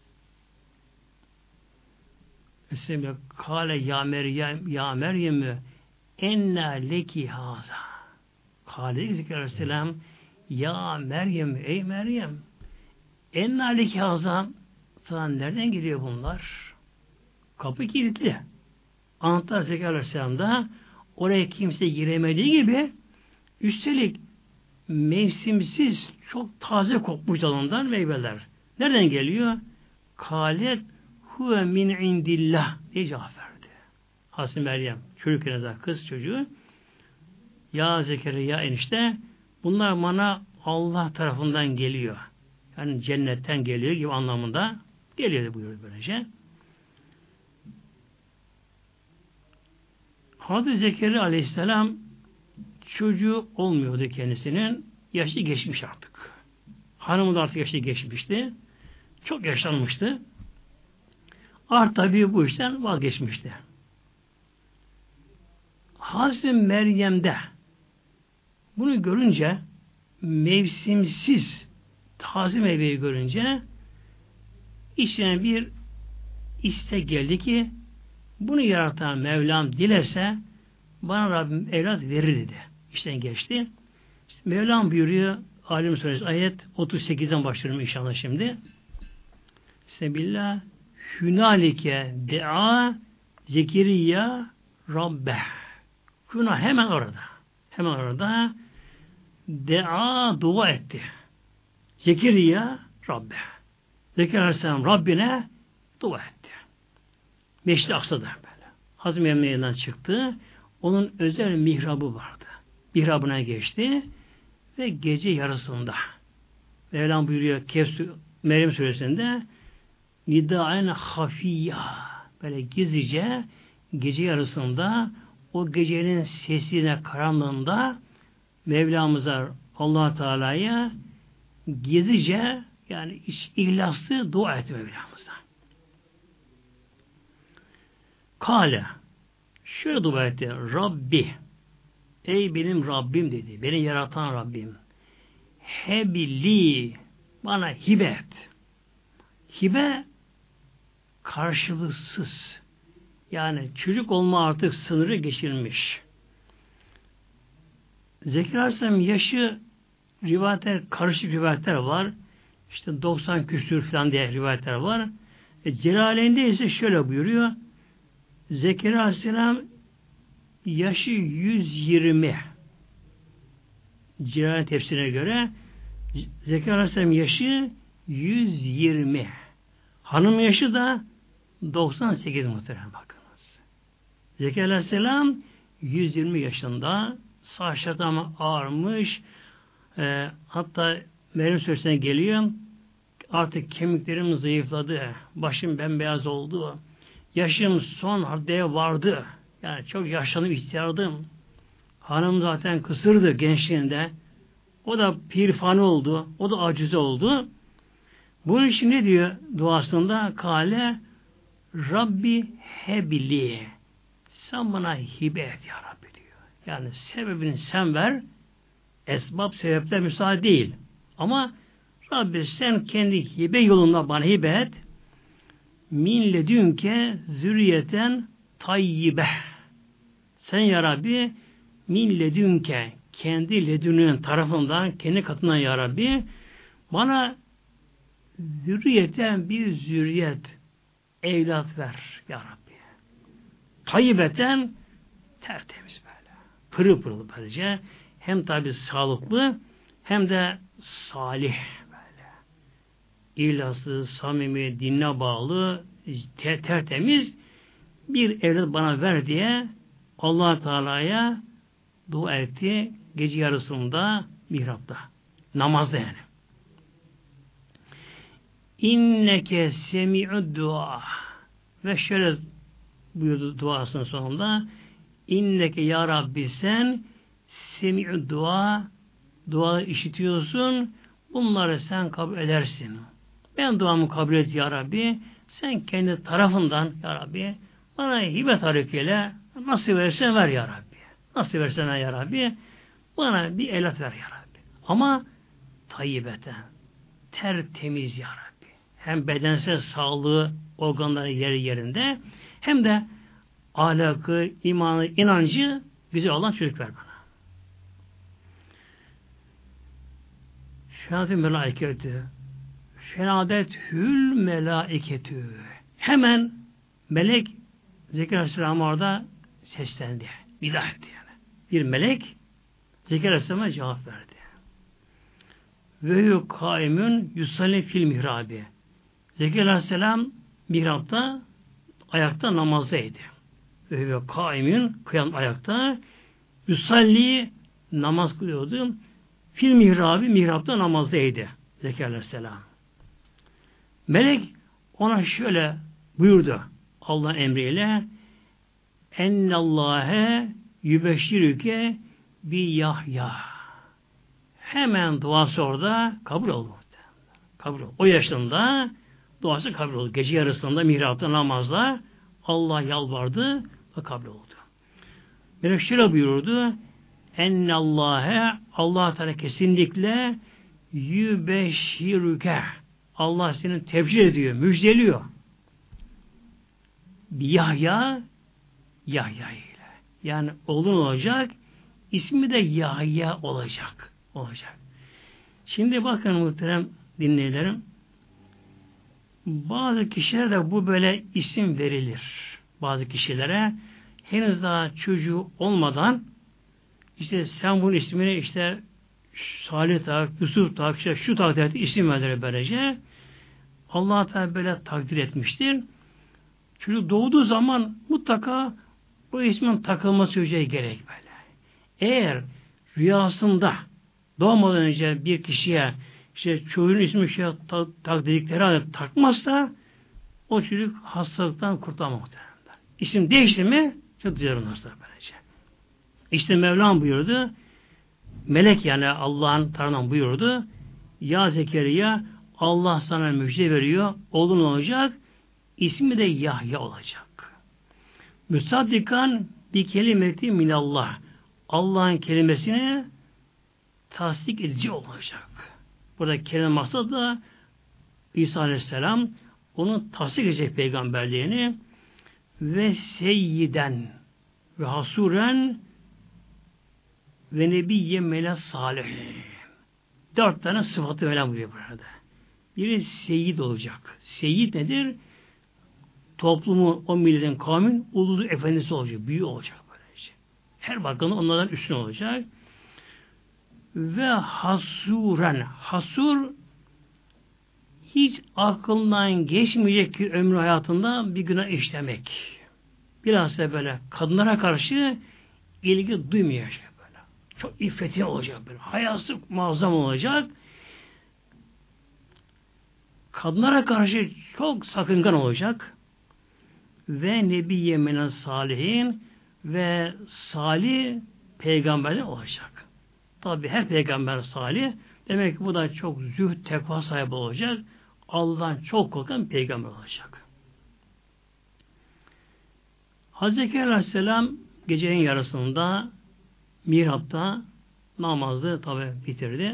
Mesela kâle ya Meryem, ya Meryem'ü enna leki haza. Kâle Zekeriya Aleyhisselam ya Meryem, ey Meryem enna leki haza, sana nereden geliyor bunlar? Kapı kilitli. Anahtar Zekeriya Aleyhisselam'da oraya kimse giremediği gibi üstelik mevsimsiz çok taze kokmuş dalından meyveler. Nereden geliyor? Kâlet huve min indillah diye cevap verdi. Hazreti Meryem çocuk kız çocuğu ya Zekeriya enişte bunlar bana Allah tarafından geliyor. Yani cennetten geliyor gibi anlamında geliyor buyuruyor böylece. Hazreti Zekeriya Aleyhisselam çocuğu olmuyordu kendisinin. Yaşı geçmiş artık. Hanımı da artık yaşı geçmişti. Çok yaşlanmıştı. Artık tabii bu işten vazgeçmişti. Hazreti Meryem'de bunu görünce mevsimsiz taze meyveyi görünce içine bir istek geldi ki bunu yaratan Mevlam dilerse bana Rabbim evlat verir dedi. İşten geçti. İşte Mevlam buyuruyor Alim Suresi ayet 38'den başlıyorum inşallah şimdi. Sebillah Hünalike dea Zekeriya Rabbeh. Hüna hemen orada. Hemen orada dua etti. Zekeriya Rabbeh. Zekeriya Aleyhisselam Rabbine dua etti. Meşri Aksa'da böyle. Hazreti Mevlam'dan çıktı. Onun özel mihrabı vardı. Mihrabına geçti ve gece yarısında Mevlam buyuruyor Meryem suresinde nidaen hafiyya böyle gizlice gece yarısında o gecenin sesine karanlığında Mevlamıza Allah Teala'ya gizlice yani ihlaslı dua etti Mevlamıza. Kale şöyle dua etti. Rabbi ey benim Rabbim dedi. Beni yaratan Rabbim. Hebli bana hibe et. Hibe karşılıksız. Yani çocuk olma artık sınırı geçilmiş. Zekeriya Aleyhisselam yaşı rivayetler, karışık rivayetler var. İşte 90 küsür falan diye rivayetler var. Celaleyn'de ise şöyle buyuruyor. Zekeriya Aleyhisselam yaşı 120. Celaleyn tefsirine göre Zekeriya Aleyhisselam yaşı 120. Hanım yaşı da 98 muhtemelen bakınız. Zekeriya Aleyhisselam 120 yaşında saçları ama ağarmış. Hatta Meryem Suresi'ne geliyor. Artık kemiklerim zayıfladı. Başım bembeyaz oldu. Yaşım son haddeye vardı. Yani çok yaşlanıp ihtiyardım. Hanım zaten kısırdı gençliğinde. O da pirfani oldu. O da acize oldu. Bunun için ne diyor duasında? Kale Rabbi hebli. Sen bana hibe et ya Rabbi diyor. Yani sebebini sen ver. Esbab sebepler müsaade değil. Ama Rabbi sen kendi hibe yolunda bana hibe et. Min ledünke zürriyeten tayyibe. Sen ya Rabbi min ledünke kendi ledünün tarafından kendi katından ya Rabbi bana zürriyeten bir zürriyet evlat ver ya Rabbi. Tayyibeten tertemiz böyle. Pırıl pırıl böylece. Hem tabi sağlıklı hem de salih böyle. İhlaslı, samimi, dinine bağlı, tertemiz bir evlat bana ver diye Allah Teala'ya dua etti gece yarısında mihrapta. Namazda yani. İnneke semi'ud dua ve şöyle buyurdu duasının sonunda İnneke ya Rabbi sen semi'ud dua işitiyorsun bunları sen kabul edersin. Ben duamı kabul et ya Rabbi. Sen kendi tarafından ya Rabbi bana hibe tarifiyle nasıl verirsen ver ya Rabbi. Nasıl verirsen ver ya Rabbi. Bana bir evlat ver ya Rabbi. Ama tayyibeten, tertemiz ya Rabbi. Hem bedensel sağlığı, organları yerinde, hem de ahlakı, imanı, inancı güzel olan çocuk ver bana. Fenadetül melaiketü, fenadethül melaiketü. Hemen melek Zekeriya Aleyhisselam orada seslendi. Nidah etti yani. Bir melek Zekeriya Aleyhisselam'a cevap verdi. Ve yu kaimun yusalli fil mihrabi. Zekeriya Aleyhisselam mihrapta ayakta namazdaydı. Ve yu kaimun kıyam ayakta yusalli namaz kılıyordu. Fil mihrabi mihrapta namazdaydı Zekeriya Aleyhisselam. Melek ona şöyle buyurdu Allah'ın emriyle ennallâhe yübeşşirüke bi Yahya. Hemen duası orada kabul oldu. Kabul oldu. O yaşında duası kabul oldu. Gece yarısında mihrapta namazla Allah yalvardı ve kabul oldu. Melek şöyle buyurdu ennallâhe Allah Teala kesinlikle yübeşşirüke Allah seni tebşir ediyor, müjdeliyor. Bir Yahya ile. Yani oğlun olacak, ismi de Yahya olacak. Şimdi bakın muhterem dinleyicilerim, bazı kişilere bu böyle isim verilir. Bazı kişilere henüz daha çocuğu olmadan işte sen bunun ismini işte Salih tak, Yusuf tak, işte şu takdirde isim verilir böylece. Allah Teala böyle takdir etmiştir. Çocuk doğduğu zaman mutlaka bu ismin takılması çocuğa gerek böyle. Eğer rüyasında doğmadan önce bir kişiye işte çocuğun ismi dedikleri halde takmazsa o çocuk hastalıktan kurtulamaz. İsim değişti mi çok güzel hastalık böylece. İşte Mevlam buyurdu. Melek yani Allah'ın tarafından buyurdu. Ya Zekeriya Allah sana müjde veriyor. Oğlun olacak. İsmi de Yahya olacak. Müsaddikan bir kelimeti minallah. Allah'ın kelimesini tasdik edici olacak. Burada kelime maksadı da İsa Aleyhisselam onun tasdik edecek peygamberliğini ve seyyiden ve hasuren ve nebiyye mela salih. 4 tane sıfatı Mevlam buyuruyor burada. Biri seyyid olacak. Seyyid nedir? Toplumu, o milletin, kavmin ulu efendisi olacak. Büyüğü olacak böylece. Her bakımda onlardan üstün olacak. Ve hasuren. Hasur hiç aklından geçmeyecek ki ömrü hayatında bir günah işlemek. Biraz da böyle kadınlara karşı ilgi duymayacak böyle. Çok iffetli olacak böyle. Hayası muazzam olacak. Kadınlara karşı çok sakıngan olacak. Ve nebiyye minen salihin ve salih peygamberler olacak. Tabi her peygamber salih. Demek ki bu da çok zühd, tekva sahibi olacak. Allah'tan çok korkan peygamber olacak. Hazreti Zekeriya Aleyhisselam gecenin yarısında mihrapta namazı tabi bitirdi.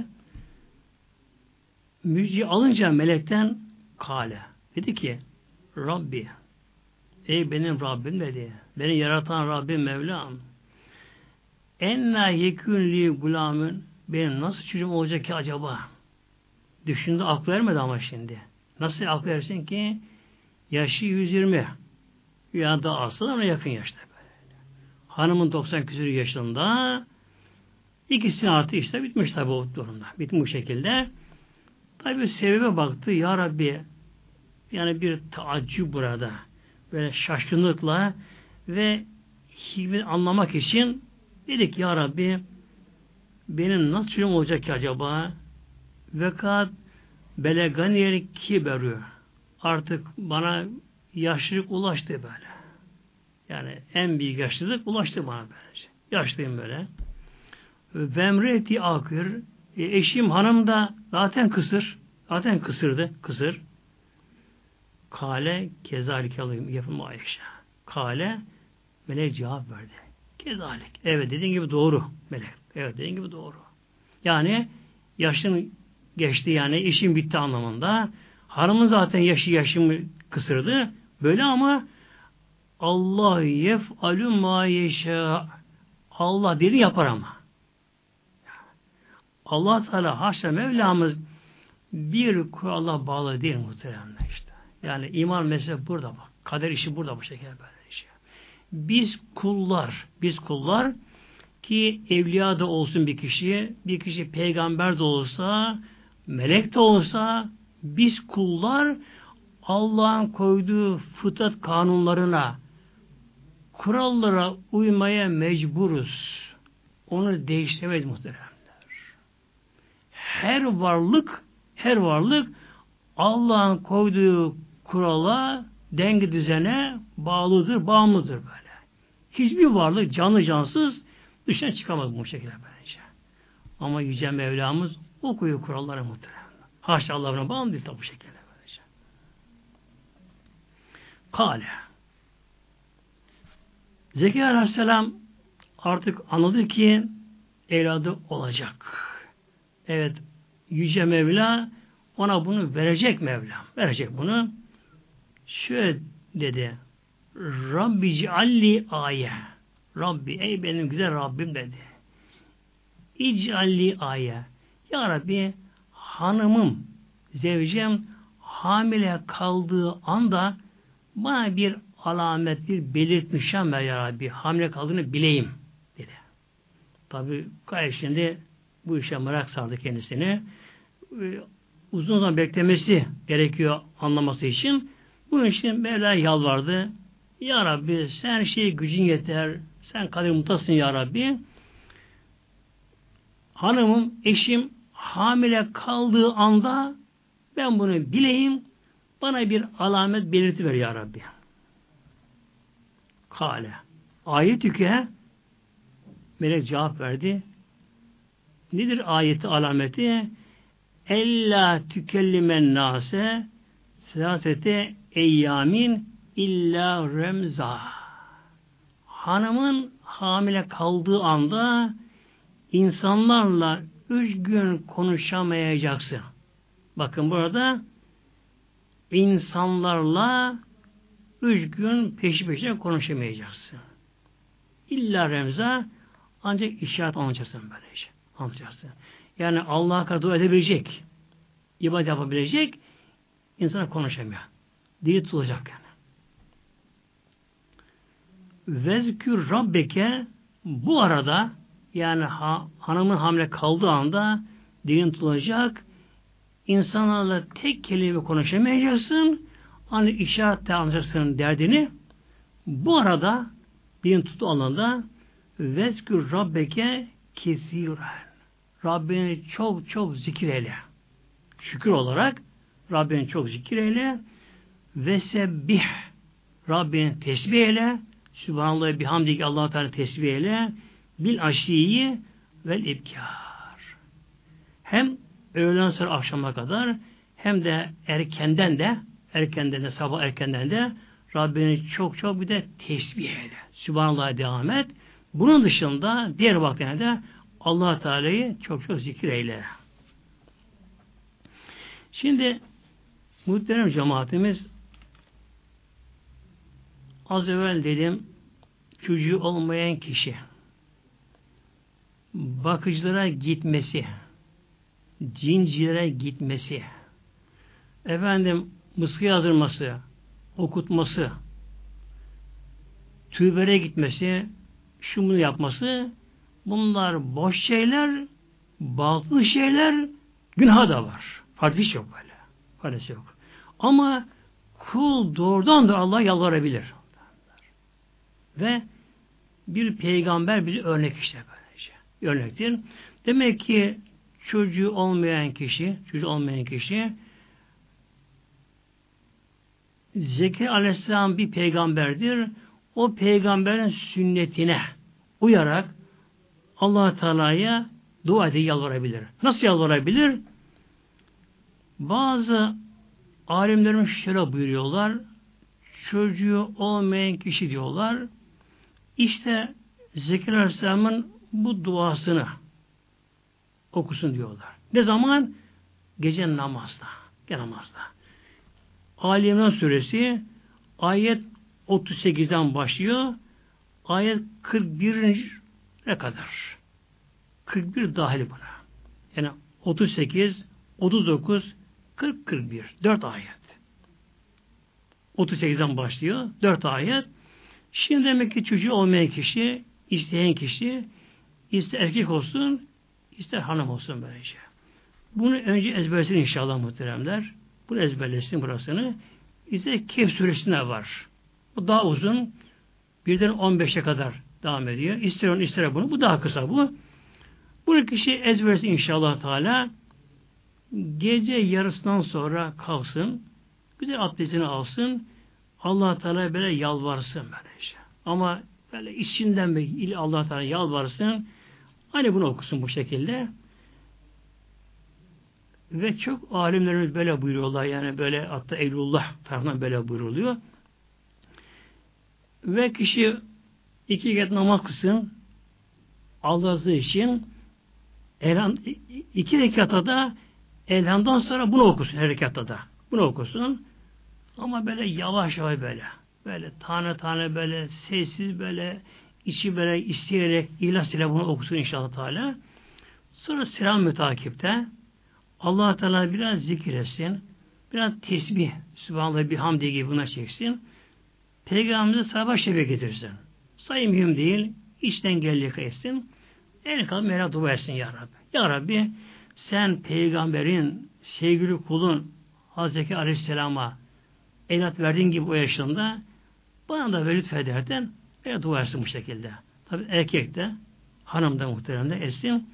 Müjdeyi alınca melekten kâle. Dedi ki Rabbi, ey benim Rabbim dedi. Beni yaratan Rabbim Mevlam. Enna yekûnli gulamın, benim nasıl çocuğum olacak ki acaba? Düşündü, aklı vermedi ama şimdi. Nasıl aklı versin ki? Yaşı 120. Ya da aslında ona yakın yaşta böyle. Hanımın 90 küsur yaşında. İkisinin artı işte bitmiş tabi o durumda. Bitmiş bu şekilde. Tabi sebebe baktı. Ya Rabbi, yani bir taaccüp burada. Böyle şaşkınlıkla ve hikmet anlamak için dedik ya Rabbi, benim nasıl çocuğum olacak ki acaba? Vekat beleganiyel kiberü. Artık bana yaşlılık ulaştı böyle. Yani en büyük yaşlılık ulaştı bana böylece. Yaşlıyım böyle. Vemreti akır. Eşim hanım da zaten kısır. Zaten kısırdı. Kısır. Kale kezalik alayım yapımı Ayşe. Kale melek cevap verdi. Kezalik. Evet dediğin gibi doğru melek. Evet dediğin gibi doğru. Yani yaşın geçti yani işin bitti anlamında. Hanımın zaten yaşımı kısırdı. Böyle ama Allah yef'alü ma yeşâ. Allah dedi yapar ama. Allah Teala haşa Mevlamız bir kurala bağlı değil muhteremler işte. Yani iman meselesi burada bak. Kader işi burada bu şekilde böyle işi. Biz kullar ki evliya da olsun bir kişi peygamber de olsa, melek de olsa, biz kullar Allah'ın koyduğu fıtrat kanunlarına, kurallara uymaya mecburuz. Onu değiştiremeyiz muhteremler. Her varlık Allah'ın koyduğu kurala, denge düzene bağımlıdır böyle. Hiçbir varlık canlı cansız dışına çıkamaz bu şekilde bence. Ama Yüce Mevlamız o koyuyor kurallara muhterem. Haşa Allah'ına bağımlı değil bu şekilde bence. Kale. Zekeriya Aleyhisselam artık anladı ki evladı olacak. Evet, Yüce Mevla ona bunu verecek Mevla. Verecek bunu. Şöyle dedi. Rabbi cialli aye. Rabbi ey benim güzel Rabbim dedi. İcalli aye. Ya Rabbi hanımım, zevcem hamile kaldığı anda bana bir alamet, bir belirtmişem ver ya Rabbi. Hamile kaldığını bileyim dedi. Tabi gayet şimdi bu işe merak sardı kendisini. Uzun zaman beklemesi gerekiyor anlaması için. Bunun için Mevla yalvardı. Ya Rabbi sen gücün yeter. Sen kadir muhtasın ya Rabbi. Hanımım, eşim hamile kaldığı anda ben bunu bileyim. Bana bir alamet belirti ver ya Rabbi. Kale. Ayetüke melek cevap verdi. Nedir ayeti alameti? Ella tükellimen nase siyasete eyyamin illa remza. Hanımın hamile kaldığı anda insanlarla 3 gün konuşamayacaksın. Bakın burada insanlarla 3 gün peşi peşine konuşamayacaksın. İlla remza ancak işaret anlayacaksın böylece. Anlayacaksın. Yani Allah'a kadar dua edebilecek, ibadet yapabilecek, insana konuşamıyor. Dili tutulacak yani. Vezkür Rabbeke bu arada yani hanımın hamile kaldığı anda dilin tutulacak, insanlarla tek kelime konuşamayacaksın, hani işaretle anlayacaksın derdini. Bu arada dilin tuttuğu alanda vezkür Rabbeke kesiren. Rabbini çok çok zikir eyle. Şükür olarak Rabbini çok zikir eyle. Ve sebbih. Rabbini tesbih eyle. Sübhanallah bihamdik Allah-u Teala tesbih eyle. Bil aşiyi vel ibkar. Hem öğleden sonra akşama kadar hem de erkenden de sabah erkenden de Rabbini çok çok bir de tesbih eyle. Sübhanallah'a devam et. Bunun dışında diğer vakitlerde Allah Teala'yı çok çok zikir eyle. Şimdi muhterem cemaatimiz az evvel dedim çocuğu olmayan kişi bakıcılara gitmesi, cincilere gitmesi, mıskı yazdırması, okutması, tübere gitmesi, şunu yapması, bunlar boş şeyler, batıl şeyler, günah da var. Farklı hiç yok böyle. Farklı yok. Ama kul doğrudan da Allah'a yalvarabilir. Ve bir peygamber bize örnek işte böylece. Örnektir. Demek ki çocuğu olmayan kişi Zekeriya Aleyhisselam bir peygamberdir. O peygamberin sünnetine uyarak Allah Teala'ya dua edip yalvarabilir. Nasıl yalvarabilir? Bazı alimlerimiz şöyle buyuruyorlar. Çocuğu olmayan kişi diyorlar. İşte Zekeriya Aleyhisselam'ın bu duasını okusun diyorlar. Ne zaman? Gece namazda. Gece namazda. Ali İmran suresi ayet 38'den başlıyor. Ayet 41'e kadar. 41 dahil buna. Yani 38, 39, 40, 41. 4 ayet. 38'den başlıyor. 4 ayet. Şimdi demek ki çocuğu olmayan kişi, isteyen kişi, ister erkek olsun, ister hanım olsun böylece. Bunu önce ezberlesin inşallah muhteremler. Bunu ezberlesin burasını. İşte Kehf suresinde var. Bu daha uzun. Birden 15'e kadar devam ediyor. İster onu ister bunu. Bu daha kısa bu. Bunu kişi ezberlesin inşallah Teala. Gece yarısından sonra kalksın. Güzel abdestini alsın. Allah Teala böyle yalvarsın böylece. Ama böyle içinden Allah Teala yalvarsın. Hani bunu okusun bu şekilde. Ve çok alimlerimiz böyle buyuruyorlar. Yani böyle hatta Eylullah tarafından böyle buyuruluyor. Ve kişi 2 rekat namaz kılsın Allah'ı için 2 rekatta da elhamdan sonra bunu okusun her rekatta da. Bunu okusun. Ama böyle yavaş yavaş böyle. Böyle tane tane böyle sessiz böyle içi böyle isteyerek ihlas ile bunu okusun inşallah Teala. Sonra selam mütakipte Allah Teala biraz zikir etsin. Biraz tesbih, Sübhanallah bihamdi gibi buna çeksin. Peygamberimize sabah şefe getirsin. Sayı mühim değil. İçten gellik etsin. En kalan Mevla dua etsin ya Rabbi. Ya Rabbi sen peygamberin sevgili kulun Hazreti Aleyhisselam'a evlat verdiğin gibi o yaşında bana da ve lütfederden Mevla dua etsin bu şekilde. Tabi erkek de hanım da muhterem de etsin.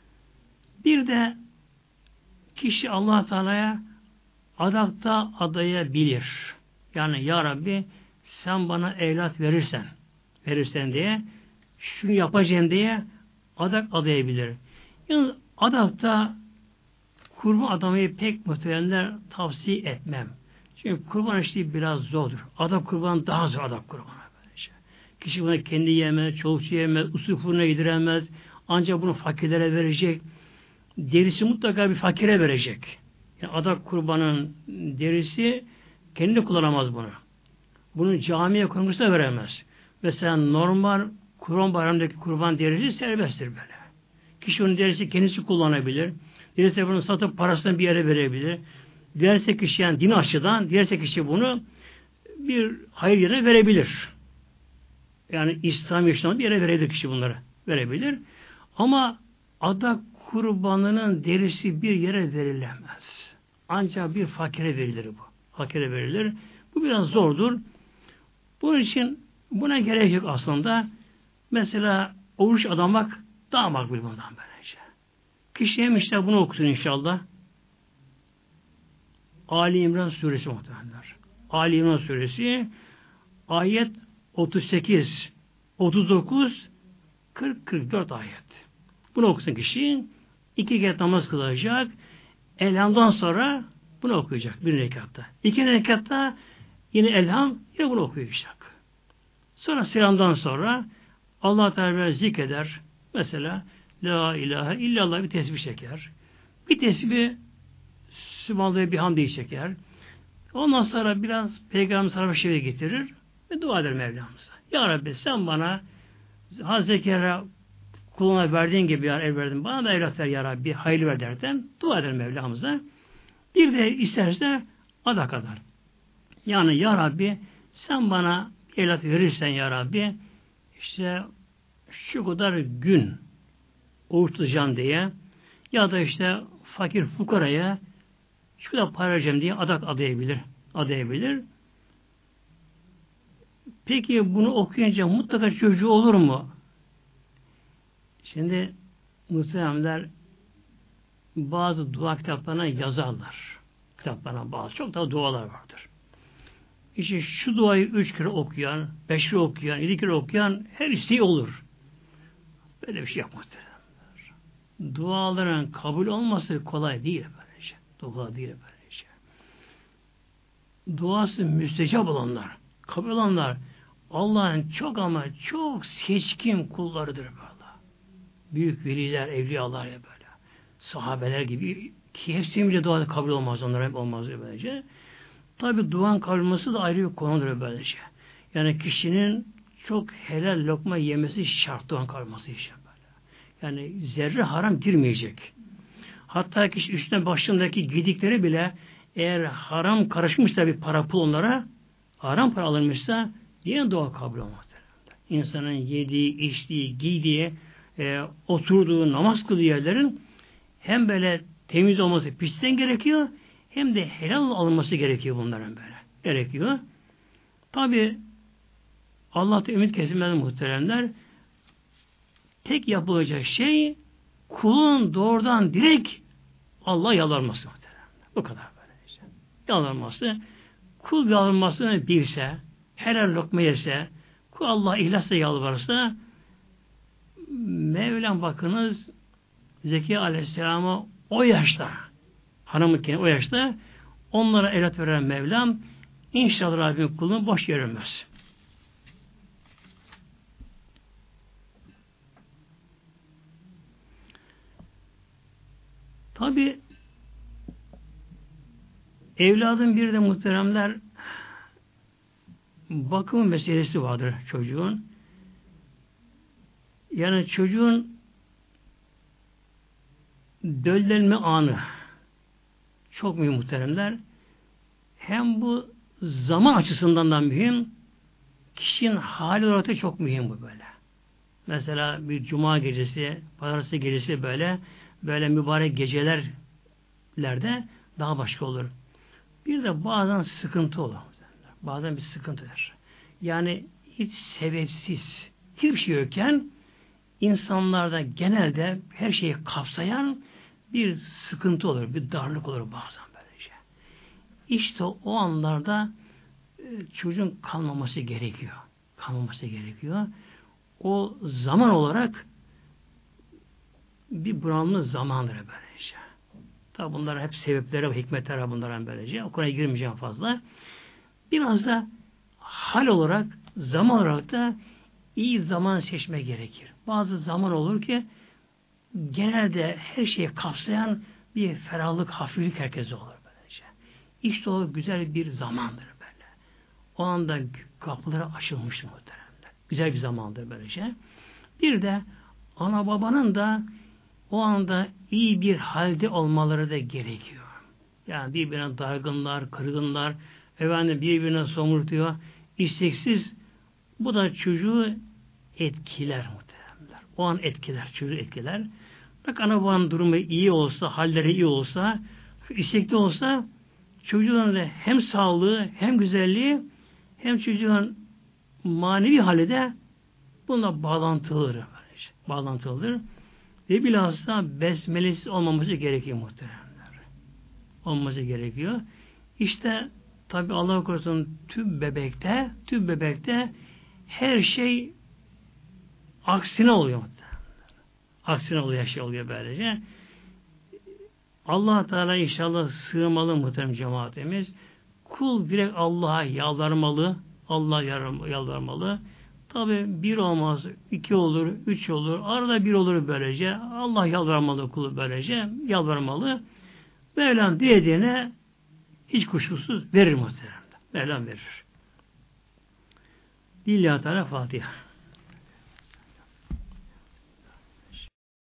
Bir de kişi Allah Teala'ya adakta adayabilir. Yani ya Rabbi sen bana evlat verirsen diye şunu yapacağım diye adak adayabilir. Yani adakta kurban adamayı pek muhtemelenler tavsiye etmem. Çünkü kurban işi biraz zordur. Adak kurban daha zor adak kurbanı. Kişi bunu kendi yemez, çoluk yemez, usul fırına yediremez. Ancak bunu fakirlere verecek. Derisi mutlaka bir fakire verecek. Yani adak kurbanın derisi kendi kullanamaz bunu. Bunu camiye koymuş da veremez. Mesela normal kurban bayramındaki kurban derisi serbesttir böyle. Kişi onun derisi kendisi kullanabilir. Dilerse bunu satıp parasını bir yere verebilir. Dilerse kişi yani din açıdan, dilerse kişi bunu bir hayır yerine verebilir. Yani İslam yaşamında bir yere verebilir kişi bunları. Verebilir. Ama adak kurbanının derisi bir yere verilemez. Ancak bir fakire verilir bu. Fakire verilir. Bu biraz zordur. Bunun için buna gerek yok aslında. Mesela oruç adamak daha makbul bundan böylece. Kişi hem işte bunu okusun inşallah. Ali İmran suresi muhtemelenler. Ali İmran suresi ayet 38, 39, 40, 44 ayet. Bunu okusun kişi. 2 rekat namaz kılacak. Elhamdan sonra bunu okuyacak 1 rekatta. 2 rekatta yine elham yine bunu okuyacak. Sonra selamdan sonra Allah Teala zikreder. Mesela La ilahe illallah bir tesbih çeker. Bir tesbih Sübhanallah bihamdihi çeker. Ondan sonra biraz Peygamber sana bir şey getirir ve dua eder Mevlamıza. Ya Rabbi sen bana Hazreti Zekeriya kuluna verdiğin gibi ev verdin. Bana da evlat ver ya Rabbi. Hayırlı ver derken dua eder Mevlamıza. Bir de isterse ada kadar. Yani ya Rabbi sen bana evlat verirsen ya Rabbi işte şu kadar gün oruç tutacağım diye ya da işte fakir fukaraya şu kadar para vereceğim diye adak adayabilir. Peki bunu okuyunca mutlaka çocuğu olur mu? Şimdi muhteremler bazı dua kitaplarına yazarlar. Kitaplarına bazı. Çok da dualar vardır. İşte şu duayı 3 kere okuyan, 5 kere okuyan, 7 kere okuyan her isteği olur. Böyle bir şey yapmak. Duaların kabul olması kolay değil böylece. Dua değil böylece. Duası müstecap olanlar, kabul olanlar Allah'ın çok ama çok seçkin kullarıdır böyle. Büyük veliler, evliyalar ya böyle. Sahabeler gibi ki hepsinin bile duada kabul olmaz. Onlar hep olmaz böylece. Tabi duanın kabul olması da ayrı bir konudur böylece. Yani kişinin çok helal lokma yemesi şart duanın kabul olması için böyle. Yani zerre haram girmeyecek. Hatta kişi üstüne başındaki giydikleri bile eğer haram karışmışsa bir para pul onlara haram para alınmışsa yine dua kabul olmaz. İnsanın yediği, içtiği, giydiği, oturduğu, namaz kıldığı yerlerin hem böyle temiz olması pislikten gerekiyor hem de helal alınması gerekiyor bunların böyle. Gerekiyor. Tabi Allah'ta ümit kesilmez muhteremler. Tek yapılacak şey kulun doğrudan direkt Allah'a yalvarması muhteremler. Bu kadar böyle. İşte. Yalvarması. Kul yalvarmasını bilse, helal lokma yerse, kul Allah ihlasla yalvarırsa Mevlam bakınız Zekeriya Aleyhisselam'a o yaşta hanımıken o yaşta onlara evlat veren Mevlam inşallah Rabbim kulunu boş görünmez. Tabi evladın bir de muhteremler bakım meselesi vardır çocuğun. Yani çocuğun döllenme anı çok mühim muhteremler. Hem bu zaman açısından da mühim, kişinin hali olarak da çok mühim bu böyle. Mesela bir cuma gecesi, pazartesi gecesi böyle mübarek gecelerde daha başka olur. Bir de bazen sıkıntı olur. Bazen bir sıkıntıdır. Yani hiç sebepsiz, hiçbir şey yokken insanlarda genelde her şeyi kapsayan bir sıkıntı olur, bir darlık olur bazen böylece. İşte o anlarda çocuğun kalmaması gerekiyor. Kalmaması gerekiyor. O zaman olarak bir bunalımlı zamandır böylece. Tabi bunlar hep sebepleri ve hikmetleri var bunların böylece. O konuya girmeyeceğim fazla. Biraz da hal olarak, zaman olarak da iyi zaman seçme gerekir. Bazı zaman olur ki genelde her şeyi kapsayan bir ferahlık, hafiflik herkese olur böylece. İşte o güzel bir zamandır böyle. O anda kapıları açılmıştır muhteremler. Güzel bir zamandır böylece. Bir de ana babanın da o anda iyi bir halde olmaları da gerekiyor. Yani birbirine dargınlar, kırgınlar, birbirine somurtuyor. İsteksiz bu da çocuğu etkiler muhteremler. O an etkiler, çocuğu etkiler. Bak ana babanın durumu iyi olsa, halleri iyi olsa, istekli olsa çocuğun da hem sağlığı, hem güzelliği, hem çocuğun manevi hali de bununla bağlantılıdır. Bağlantılıdır. Ve bilhassa besmelesiz olmaması gerekiyor muhteremler. Olması gerekiyor. İşte tabi Allah korusun tüp bebekte her şey aksine oluyor. Aksine oluyor, her şey oluyor böylece. Allah Teala inşallah sığmalı muhterem cemaatimiz. Kul direkt Allah'a yalvarmalı. Allah'a yalvarmalı. Tabi bir olmaz, iki olur, üç olur, arada bir olur böylece. Allah yalvarmalı kulu böylece. Yalvarmalı. Mevlam dilediğine hiç kuşkusuz verir muhterem. Mevlam verir. Lillahi Teala Fatiha.